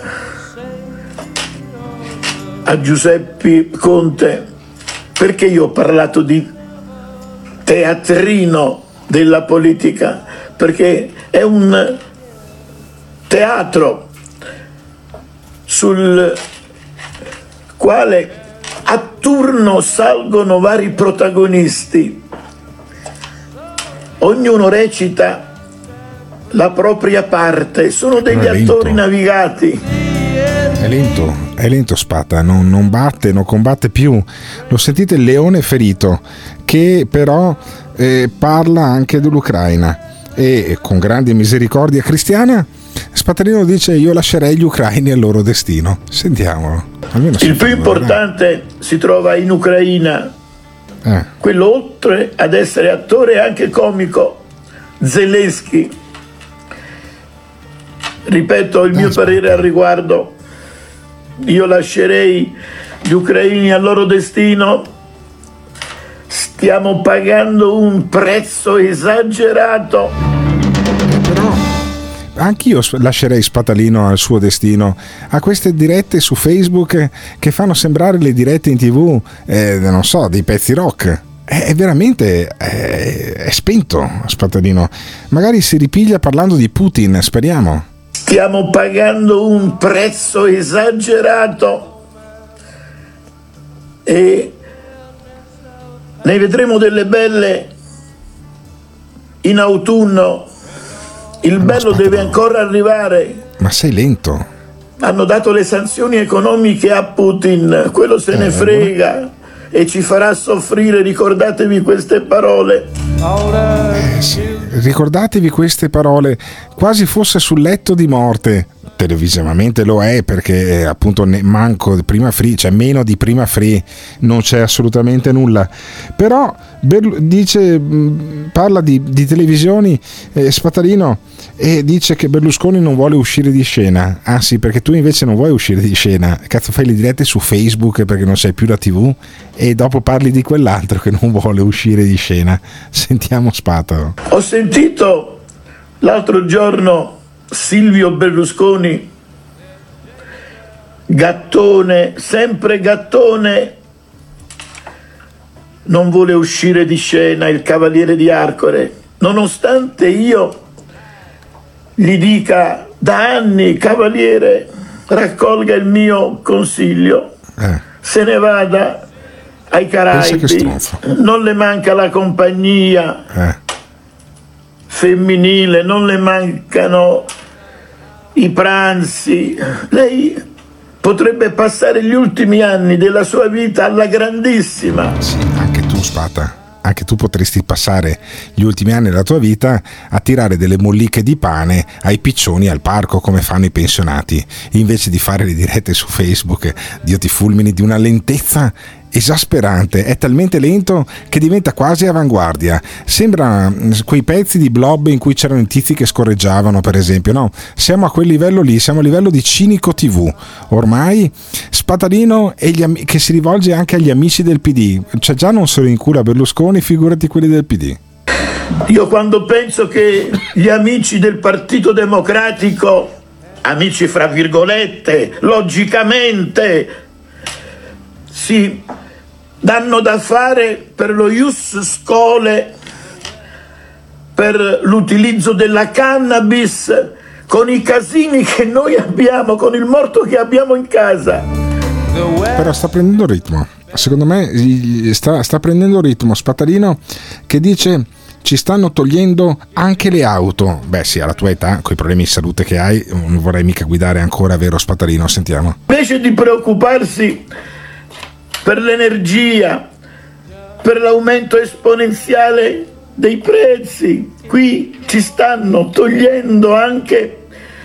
a Giuseppe Conte, perché io ho parlato di teatrino della politica, perché è un teatro sul quale a turno salgono vari protagonisti, ognuno recita la propria parte, sono degli attori navigati. È lento, è lento Spata, non, non batte, non combatte più. Lo sentite, il leone ferito, che però eh, parla anche dell'Ucraina, e con grande misericordia cristiana Spatarino dice: io lascerei gli ucraini al loro destino. Sentiamolo. Almeno il più importante dai. Si trova in Ucraina, eh. quello oltre ad essere attore e anche comico, Zelensky. Ripeto il mio Aspetta. parere al riguardo: io lascerei gli ucraini al loro destino. Stiamo pagando un prezzo esagerato. Però anch'io lascerei Spatalino al suo destino. A queste dirette su Facebook che fanno sembrare le dirette in tv, eh, non so, dei pezzi rock. È veramente è, è spento Spatalino. Magari si ripiglia parlando di Putin, speriamo. Stiamo pagando un prezzo esagerato e ne vedremo delle belle in autunno. Il no, bello deve ancora arrivare. Ma sei lento. Hanno dato le sanzioni economiche a Putin, quello se eh, ne frega eh. e ci farà soffrire. Ricordatevi queste parole. Eh, sì. Ricordatevi queste parole, quasi fosse sul letto di morte. Televisivamente lo è, perché appunto ne manco di Prima Free, cioè meno di Prima Free non c'è assolutamente nulla. Però Berlu- dice parla di, di televisioni eh, Spatarino, e dice che Berlusconi non vuole uscire di scena. Ah sì, perché tu invece non vuoi uscire di scena, cazzo, fai le dirette su Facebook perché non sei più la tivù e dopo parli di quell'altro che non vuole uscire di scena. Sentiamo Spata. Ho sentito l'altro giorno Silvio Berlusconi, gattone, sempre gattone, non vuole uscire di scena, il cavaliere di Arcore, nonostante io gli dica da anni: cavaliere, raccolga il mio consiglio, eh. se ne vada ai Caraibi, non le manca la compagnia eh. femminile, non le mancano i pranzi. Lei potrebbe passare gli ultimi anni della sua vita alla grandissima. Sì, anche tu Spata, anche tu potresti passare gli ultimi anni della tua vita a tirare delle molliche di pane ai piccioni al parco, come fanno i pensionati, invece di fare le dirette su Facebook. Dio ti fulmini, di una lentezza esasperante, è talmente lento che diventa quasi avanguardia. Sembra quei pezzi di Blob in cui c'erano i tizi che scorreggiavano, per esempio. No, siamo a quel livello lì, siamo a livello di Cinico tivù ormai. Spatalino e gli am- che si rivolge anche agli amici del P D, cioè già non sono in culo a Berlusconi, figurati quelli del P D. Io quando penso che gli amici del Partito Democratico, amici fra virgolette, logicamente si danno da fare per lo ius scholae, per l'utilizzo della cannabis, con i casini che noi abbiamo, con il morto che abbiamo in casa. Però sta prendendo ritmo, secondo me sta, sta prendendo ritmo Spatalino, che dice: ci stanno togliendo anche le auto. Beh sì, alla tua età, con i problemi di salute che hai, non vorrei mica guidare ancora, vero Spatalino? Sentiamo. Invece di preoccuparsi per l'energia, per l'aumento esponenziale dei prezzi, qui ci stanno togliendo anche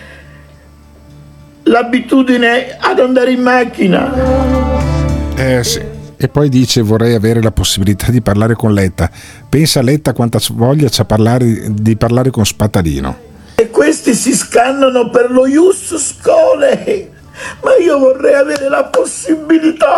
l'abitudine ad andare in macchina. Eh sì. E poi dice: vorrei avere la possibilità di parlare con Letta. Pensa a Letta quanta voglia c'ha parlare, di parlare con Spatalino. E questi si scannano per lo ius scholae. Ma io vorrei avere la possibilità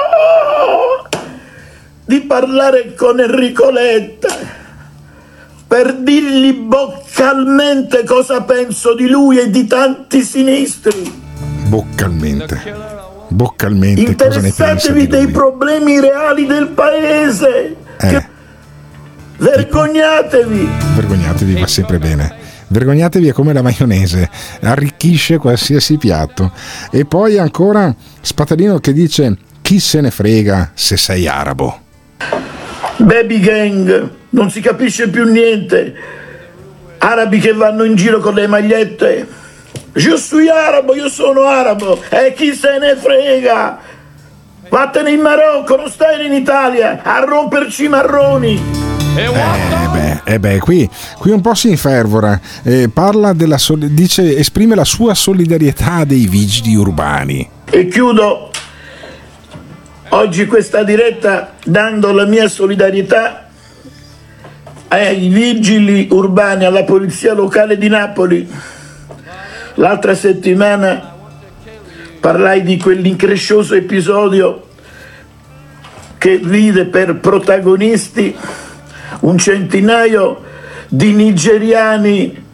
di parlare con Enrico Letta per dirgli boccalmente cosa penso di lui e di tanti sinistri. Boccalmente. Boccalmente. Cosa ne pensa Interessatevi di dei lui? problemi reali del paese. Eh. Che... Vergognatevi. Vergognatevi, va sempre bene. Vergognatevi è come la maionese, arricchisce qualsiasi piatto. E poi ancora Spatalino che dice: chi se ne frega se sei arabo. Baby gang, non si capisce più niente. Arabi che vanno in giro con le magliette: io sono arabo, io sono arabo. E chi se ne frega? Vattene in Marocco, non stai in Italia a romperci i marroni. Eh beh, eh beh qui, qui un po' si infervora, eh, parla della sol- dice, esprime la sua solidarietà dei vigili urbani. E chiudo oggi questa diretta dando la mia solidarietà ai vigili urbani, alla polizia locale di Napoli. L'altra settimana parlai di quell'increscioso episodio che vide per protagonisti un centinaio di nigeriani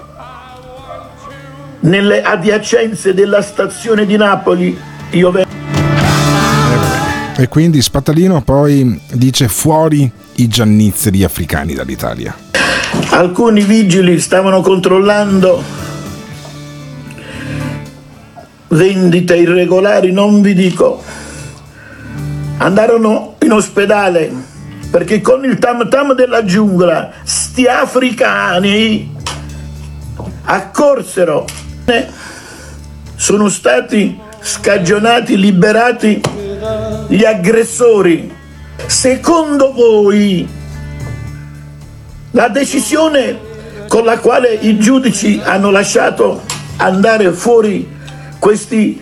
nelle adiacenze della stazione di Napoli. Io ve- E quindi Spatalino poi dice: fuori i giannizzeri africani dall'Italia. Alcuni vigili stavano controllando vendite irregolari, non vi dico. Andarono in ospedale perché con il tam tam della giungla sti africani accorsero. Sono stati scagionati, liberati gli aggressori. Secondo voi la decisione con la quale i giudici hanno lasciato andare fuori questi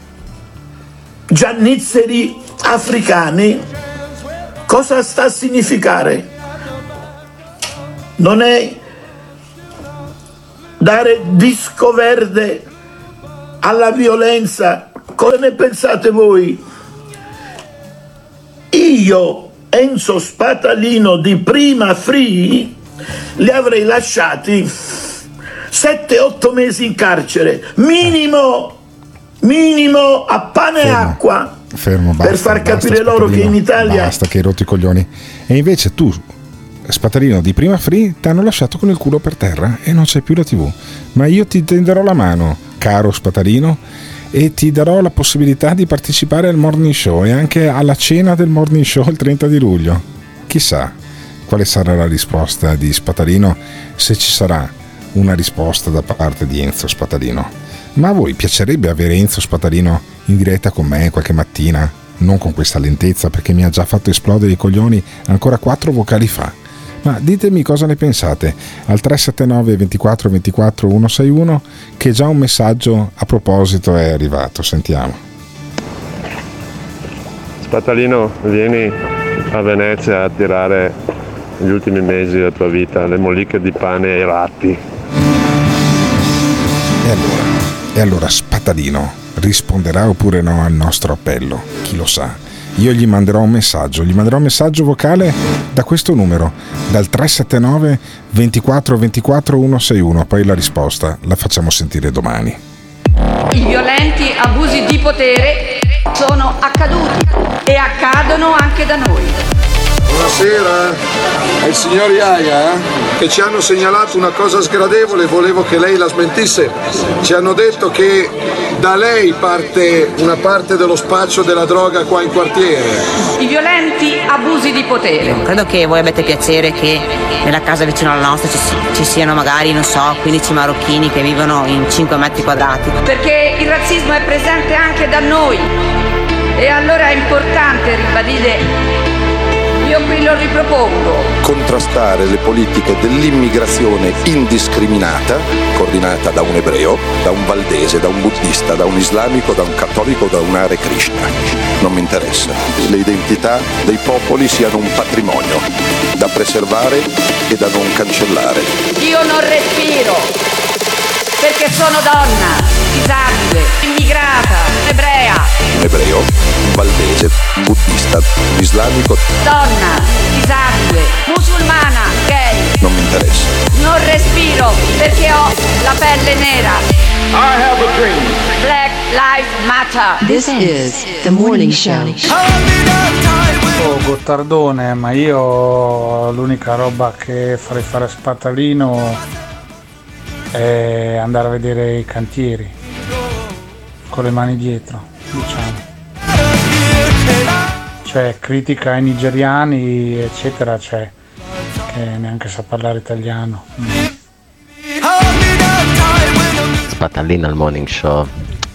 giannizzeri africani cosa sta a significare? Non è dare disco verde alla violenza? Cosa ne pensate voi? Io, Enzo Spatalino di Prima Free, li avrei lasciati sette otto mesi in carcere, minimo, minimo a pane e acqua. Fermo, basta, per far basta, capire loro che in Italia basta che hai rotto i coglioni. E invece tu, Spatalino di Prima Free, ti hanno lasciato con il culo per terra e non c'è più la tivù. Ma io ti tenderò la mano, caro Spatalino, e ti darò la possibilità di partecipare al morning show e anche alla cena del morning show il trenta di luglio. Chissà quale sarà la risposta di Spatalino, se ci sarà una risposta da parte di Enzo Spatalino. Ma a voi piacerebbe avere Enzo Spatalino in diretta con me qualche mattina non con questa lentezza, perché mi ha già fatto esplodere i coglioni ancora quattro vocali fa. Ma ditemi cosa ne pensate al tre sette nove ventiquattro ventiquattro centosessantuno, che già un messaggio a proposito è arrivato. Sentiamo. Spatalino, vieni a Venezia a tirare gli ultimi mesi della tua vita, le moliche di pane ai ratti. E allora, e allora Spatalino risponderà oppure no al nostro appello? Chi lo sa? Io gli manderò un messaggio, gli manderò un messaggio vocale da questo numero, dal tre sette nove ventiquattro ventiquattro centosessantuno, poi la risposta la facciamo sentire domani. I violenti abusi di potere sono accaduti e accadono anche da noi. Buonasera, è il signor Iaia, eh? Che ci hanno segnalato una cosa sgradevole, volevo che lei la smentisse. Ci hanno detto che da lei parte una parte dello spaccio della droga qua in quartiere. I violenti abusi di potere. Credo che voi abbiate piacere che nella casa vicino alla nostra ci, ci siano magari, non so, quindici marocchini che vivono in cinque metri quadrati. Perché il razzismo è presente anche da noi e allora è importante ribadire. Io qui lo ripropongo. Contrastare le politiche dell'immigrazione indiscriminata, coordinata da un ebreo, da un valdese, da un buddista, da un islamico, da un cattolico, da un Hare Krishna. Non mi interessa. Le identità dei popoli siano un patrimonio da preservare e da non cancellare. Io non respiro perché sono donna, disabile, immigrata, ebrea. Un ebreo, un valdese, un buddista, un islamico. Donna, disabile, musulmana, gay. Non mi interessa. Non respiro perché ho la pelle nera. I have a dream. Black Lives Matter. This is the morning show. Oh, Gottardone, ma io l'unica roba che farei fare a Spatalino è andare a vedere i cantieri con le mani dietro, diciamo. Cioè, critica ai nigeriani, eccetera, cioè, che neanche sa parlare italiano. Mm. Spatalino al morning show.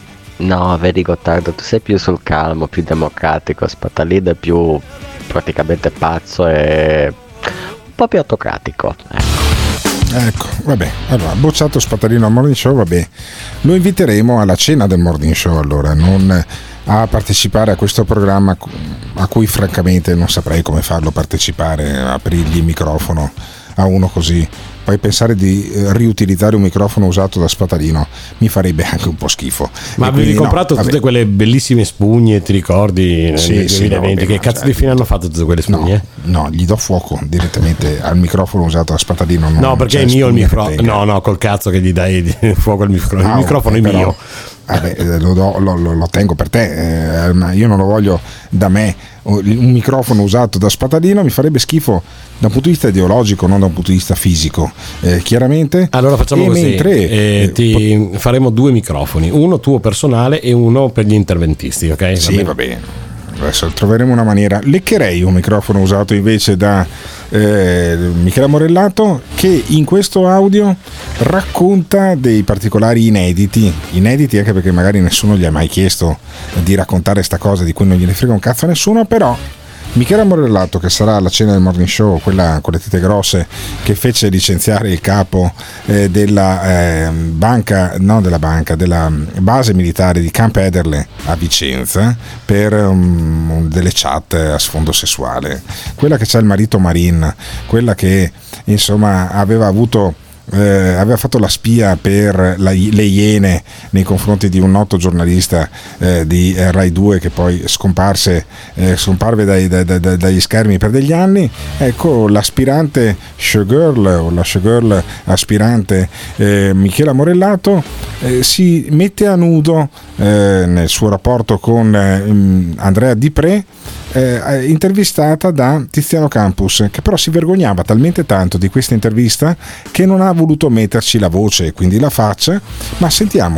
No, vedi Gottardo, tu sei più sul calmo, più democratico. Spatalino è più praticamente pazzo e un po' più autocratico. Ecco. Ecco, vabbè, allora, bocciato Spatalino al morning show, vabbè, lo inviteremo alla cena del morning show, allora, non a partecipare a questo programma a cui francamente non saprei come farlo partecipare, aprirgli il microfono a uno così. Poi pensare di riutilizzare un microfono usato da Spatalino mi farebbe anche un po' schifo. Ma avevi comprato no, tutte quelle bellissime spugne, ti ricordi? Sì, nel sì, duemilaventi? no, che cazzo certo. di fine hanno fatto tutte quelle spugne? No, no, gli do fuoco direttamente al microfono usato da Spatalino. Non no, perché è mio il microfono. No, no, col cazzo che gli dai fuoco al microfono. Ah, il microfono okay, è mio. Però, vabbè, lo, do, lo, lo, lo tengo per te, eh, ma io non lo voglio da me. Un microfono usato da Spatalino mi farebbe schifo da un punto di vista ideologico, non da un punto di vista fisico, eh, chiaramente. Allora facciamo e così, mentre, eh, ti pot- faremo due microfoni, uno tuo personale e uno per gli interventisti, ok? Sì, va bene. Adesso troveremo una maniera. Leccherei un microfono usato invece da eh, Michele Morellato, che in questo audio racconta dei particolari inediti, inediti anche perché magari nessuno gli ha mai chiesto di raccontare sta cosa di cui non gliene frega un cazzo a nessuno, però Michele Morellato, che sarà alla cena del morning show, quella con le tette grosse, che fece licenziare il capo eh, della eh, banca, no della banca, della base militare di Camp Ederle a Vicenza per um, delle chat a sfondo sessuale, quella che c'ha il marito Marin, quella che insomma aveva avuto Eh, aveva fatto la spia per la, le Iene nei confronti di un noto giornalista eh, di eh, Rai due che poi scomparse eh, scomparve dai, dai, dai, dagli schermi per degli anni. Ecco, l'aspirante showgirl o la showgirl aspirante eh, Michela Morellato eh, si mette a nudo eh, nel suo rapporto con eh, Andrea Di Pre, Eh, intervistata da Tiziano Campus, che però si vergognava talmente tanto di questa intervista che non ha voluto metterci la voce e quindi la faccia. Ma sentiamo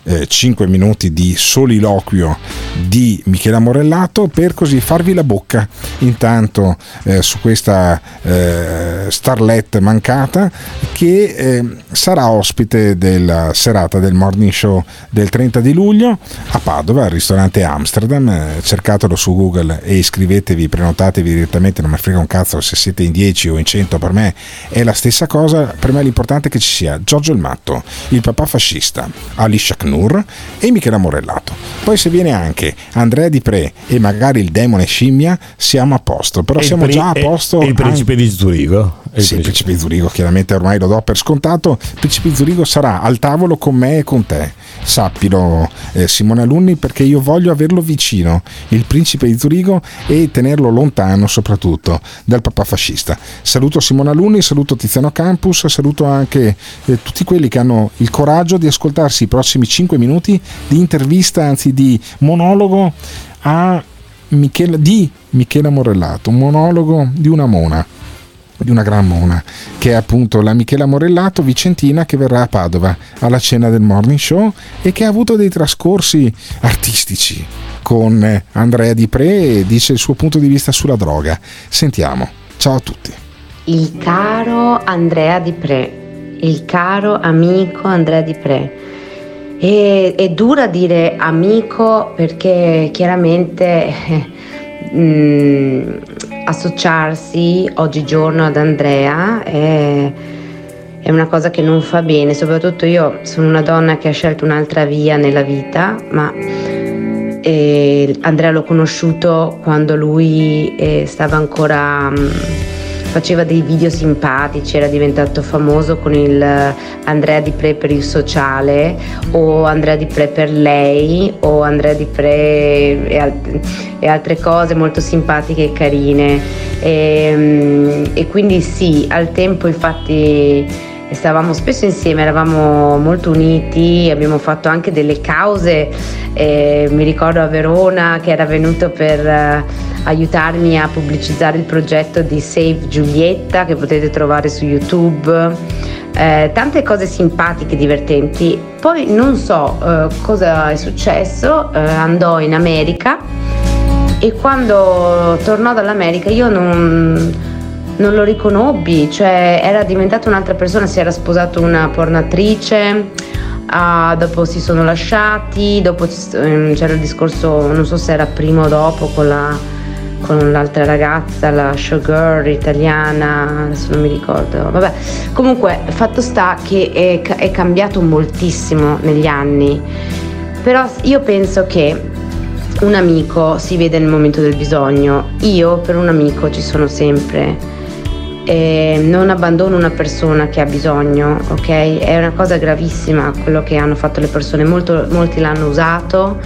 eh, cinque minuti di soliloquio di Michela Morellato per così farvi la bocca intanto eh, su questa eh, starlet mancata che eh, sarà ospite della serata del morning show del trenta di luglio a Padova al ristorante Amsterdam. Eh, cercatelo su Google e iscrivetevi, prenotatevi direttamente, non mi frega un cazzo se siete in dieci o in cento, per me è la stessa cosa. Per me l'importante è che ci sia Giorgio il Matto, il papà fascista, Ali Shaknour e Michela Morellato. Poi se viene anche Andrea Di Pre e magari il demone scimmia siamo a posto, però e siamo pri- già a posto. E il principe anche... di Zurigo? E sì, il principe di Zurigo chiaramente ormai lo do per scontato. Il principe di Zurigo sarà al tavolo con me e con te, sappilo eh, Simone Alunni, perché io voglio averlo vicino, il principe di Zurigo, e tenerlo lontano soprattutto dal papà fascista. Saluto Simone Alunni, saluto Tiziano Campus, saluto anche eh, tutti quelli che hanno il coraggio di ascoltarsi i prossimi cinque minuti di intervista, anzi di monologo a Michela, di Michela Morellato, un monologo di una mona, di una gran mona, che è appunto la Michela Morellato vicentina, che verrà a Padova alla cena del morning show e che ha avuto dei trascorsi artistici con Andrea Di Pre e dice il suo punto di vista sulla droga. Sentiamo. Ciao a tutti. Il caro Andrea Di Pre, il caro amico Andrea Di Pre. E, è dura dire amico perché chiaramente eh, mh, associarsi oggigiorno ad Andrea è, è una cosa che non fa bene. Soprattutto io sono una donna che ha scelto un'altra via nella vita, ma eh, Andrea l'ho conosciuto quando lui eh, stava ancora mh, faceva dei video simpatici, era diventato famoso con il Andrea Di Pre per il sociale, o Andrea Di Pre per lei, o Andrea Di Pre e, alt- e altre cose molto simpatiche e carine. E, e quindi sì, al tempo infatti stavamo spesso insieme, eravamo molto uniti, abbiamo fatto anche delle cause. Eh, mi ricordo a Verona che era venuto per eh, aiutarmi a pubblicizzare il progetto di Save Giulietta, che potete trovare su YouTube. Eh, tante cose simpatiche, divertenti. Poi non so eh, cosa è successo, eh, andò in America e quando tornò dall'America io non... non lo riconobbi, cioè era diventato un'altra persona, si era sposato una pornatrice, uh, dopo si sono lasciati, dopo um, c'era il discorso, non so se era prima o dopo, con, la, con l'altra ragazza, la showgirl italiana, adesso non mi ricordo, vabbè, comunque fatto sta che è, è cambiato moltissimo negli anni, però io penso che un amico si vede nel momento del bisogno. Io per un amico ci sono sempre. E non abbandono una persona che ha bisogno, ok? È una cosa gravissima quello che hanno fatto le persone, Molto, molti l'hanno usato,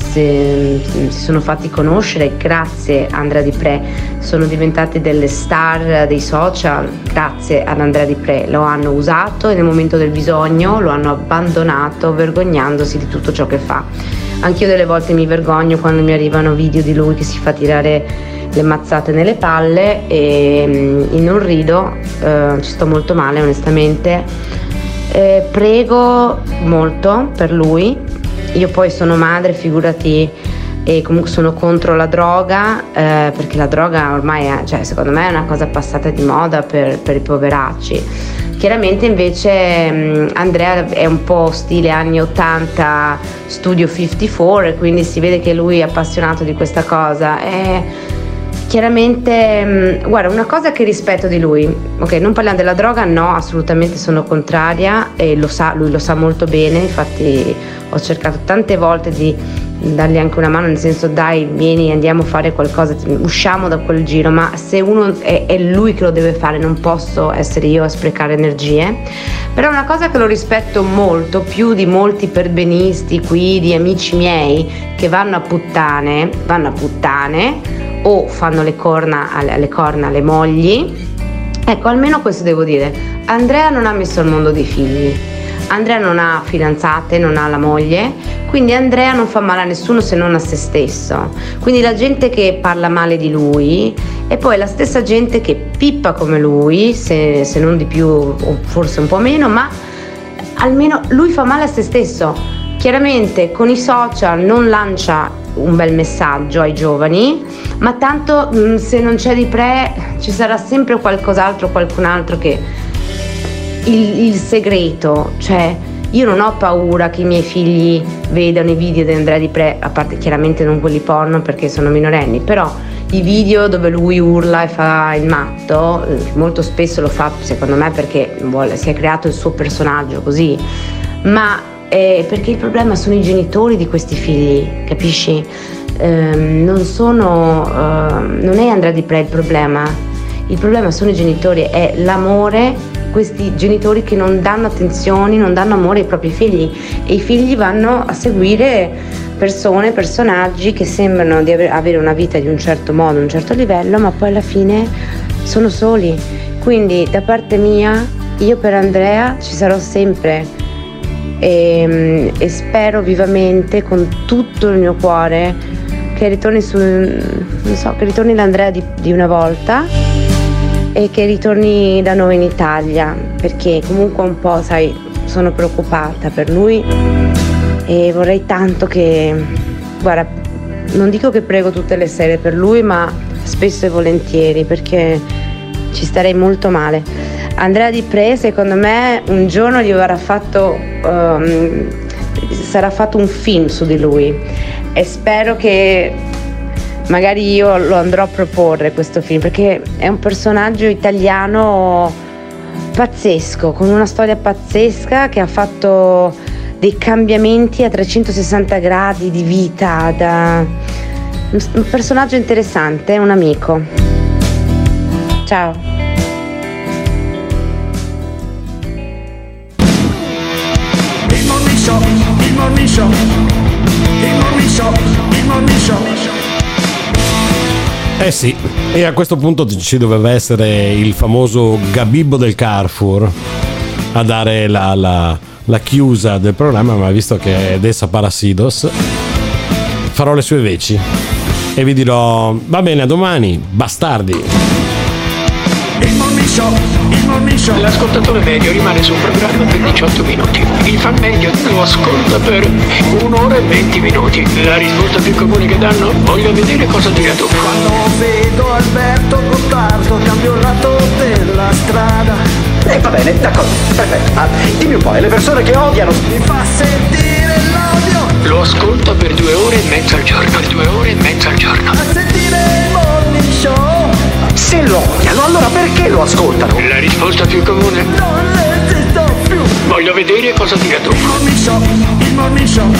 si, si sono fatti conoscere grazie a Andrea Di Pre, sono diventati delle star dei social grazie ad Andrea Di Pre, lo hanno usato e nel momento del bisogno lo hanno abbandonato vergognandosi di tutto ciò che fa. Anch'io delle volte mi vergogno quando mi arrivano video di lui che si fa tirare le mazzate nelle palle e non rido, eh, ci sto molto male onestamente, eh, prego molto per lui. Io poi sono madre, figurati, e comunque sono contro la droga, eh, perché la droga ormai è, cioè, secondo me è una cosa passata di moda per, per i poveracci. Chiaramente invece mh, Andrea è un po' stile anni ottanta, Studio cinquantaquattro, e quindi si vede che lui è appassionato di questa cosa. E chiaramente, mh, guarda, una cosa che rispetto di lui, ok, non parliamo della droga, no, assolutamente sono contraria e lo sa, lui lo sa molto bene, infatti ho cercato tante volte di dargli anche una mano, nel senso dai, vieni, andiamo a fare qualcosa, usciamo da quel giro, ma se uno è, è lui che lo deve fare, non posso essere io a sprecare energie. Però una cosa che lo rispetto molto, più di molti perbenisti qui, di amici miei che vanno a puttane, vanno a puttane o fanno le corna alle, alle corna alle mogli, ecco, almeno questo devo dire: Andrea non ha messo al mondo dei figli, Andrea non ha fidanzate, non ha la moglie, quindi Andrea non fa male a nessuno se non a se stesso. Quindi la gente che parla male di lui è poi la stessa gente che pippa come lui, se, se non di più o forse un po' meno, ma almeno lui fa male a se stesso. chiaramente con i social non lancia un bel messaggio ai giovani, ma tanto mh, se non c'è Di Pre ci sarà sempre qualcos'altro, qualcun altro che il, il segreto, cioè io non ho paura che i miei figli vedano i video di Andrea Di Pre, a parte chiaramente non quelli porno perché sono minorenni, però i video dove lui urla e fa il matto, molto spesso lo fa secondo me perché vuole, si è creato il suo personaggio così, ma eh, perché il problema sono i genitori di questi figli, capisci? Eh, non sono, eh, non è Andrea Di Pre il problema, il problema sono i genitori, è l'amore, questi genitori che non danno attenzioni, non danno amore ai propri figli e i figli vanno a seguire persone, personaggi che sembrano di avere una vita di un certo modo, un certo livello, ma poi alla fine sono soli. Quindi da parte mia, io per Andrea ci sarò sempre e, e spero vivamente con tutto il mio cuore che ritorni su, non so, che ritorni l'Andrea di, di una volta e che ritorni da noi in Italia, perché comunque un po', sai, sono preoccupata per lui e vorrei tanto che, guarda, non dico che prego tutte le sere per lui, ma spesso e volentieri, perché ci starei molto male. Andrea Di Pre, secondo me, un giorno gli verrà fatto, um, sarà fatto un film su di lui e spero che magari io lo andrò a proporre questo film, perché è un personaggio italiano pazzesco, con una storia pazzesca, che ha fatto dei cambiamenti a trecentosessanta gradi di vita, da un personaggio interessante, un amico. Ciao. Il Morning Show, il Morning Show, il Morning Show, il Morning Show. Eh sì, e a questo punto ci doveva essere il famoso Gabibbo del Carrefour a dare la, la, la chiusa del programma, ma visto che è Dessa Parasidos farò le sue veci e vi dirò va bene, a domani, bastardi. Il Morning Show, il Morning Show. L'ascoltatore medio rimane sul programma per diciotto minuti. Il fan medio lo ascolta per un'ora e venti minuti. La risposta più comune che danno: voglio vedere cosa dirà dopo. Quando vedo Alberto Gottardo cambio il lato della strada. Eh va bene, d'accordo, perfetto. Ah, dimmi un po', e le persone che odiano? Mi fa sentire l'odio. Lo ascolta per due ore e mezza al giorno. Per due ore e mezza al giorno. A sentire il Morning Show. Se lo odiano, allora perché lo ascoltano? La risposta più comune: non esisto più. Voglio vedere cosa dirà dopo. Il Morning Show, il Morning Show,